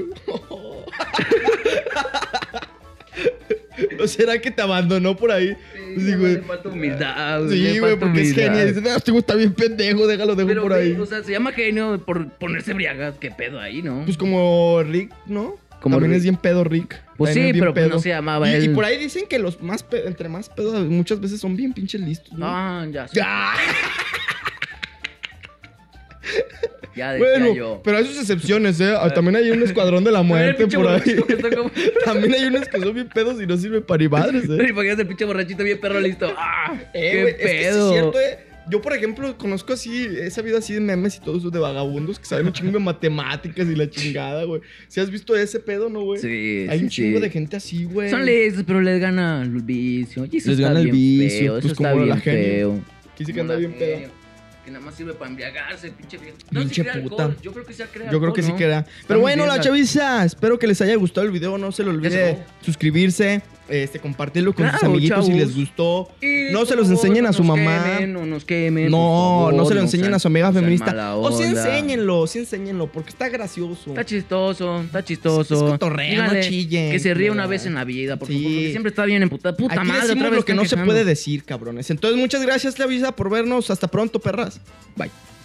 ¿O será que te abandonó por ahí? Sí, Sí, no, güey. le falta humildad. le Sí, güey, falta porque es humildad. genio. Dice, no, este güey está bien pendejo, déjalo, dejo Pero, por güey, ahí. o sea, se llama genio por ponerse briaga. ¿Qué pedo ahí, no? Pues como Rick, ¿no? Como También Rick. es bien pedo Rick. Pues También sí, es bien pero pues pedo. no se llamaba y, él. y por ahí dicen que los más pe- entre más pedos muchas veces son bien pinches listos, ¿no? Ah, ya. sé. ¡Ah! Ya decía Bueno, yo. pero hay sus excepciones, ¿eh? Ah, También hay un escuadrón de la muerte Pinche por ahí. borrachito que está como- También hay unos que son bien pedos y no sirven para ni madres, ¿eh? Imagínate el pinche borrachito bien perro listo. ¡Ah! Eh, ¡Qué güey, es que sí es pedo! cierto, ¿eh? Yo, por ejemplo, conozco así, he sabido así de memes y todo eso de vagabundos que saben un chingo de matemáticas y la chingada, güey. ¿Sí has visto ese pedo, no, güey? Sí, Hay sí, un chingo sí. de gente así, güey. Son listos, pero les gana el vicio. Y eso Les está gana el bien vicio, feo, pues, eso está como la bien genio. feo. Que dice que Como anda la bien pedo. genio, que nada más sirve para embriagarse, pinche viejo. Pinche crea puta. alcohol. Yo creo que sí crea Yo creo que sí alcohol, queda. ¿no? Pero muy bueno, bien la la- chaviza, espero que les haya gustado el video. No se le Ya se olvide acabó. suscribirse, este, compartirlo con sus Claro, amiguitos si chavos. les gustó. Y, No se por los favor, enseñen a no su nos mamá. quemen, no nos quemen. No, por no favor, se lo enseñen sean- a su amiga no sean feminista. mala O sí onda. enséñenlo, sí enséñenlo, porque está gracioso. Está chistoso, está chistoso. Es cotorreo, no Díganle chillen, que se ríe una culera. vez en la vida, por Sí. favor, porque siempre está bien emputada. Puta Aquí madre, decimos otra vez lo que están no se quejando. puede decir, cabrones. Entonces, muchas gracias, Clavisa, por vernos. Hasta pronto, perras. Bye.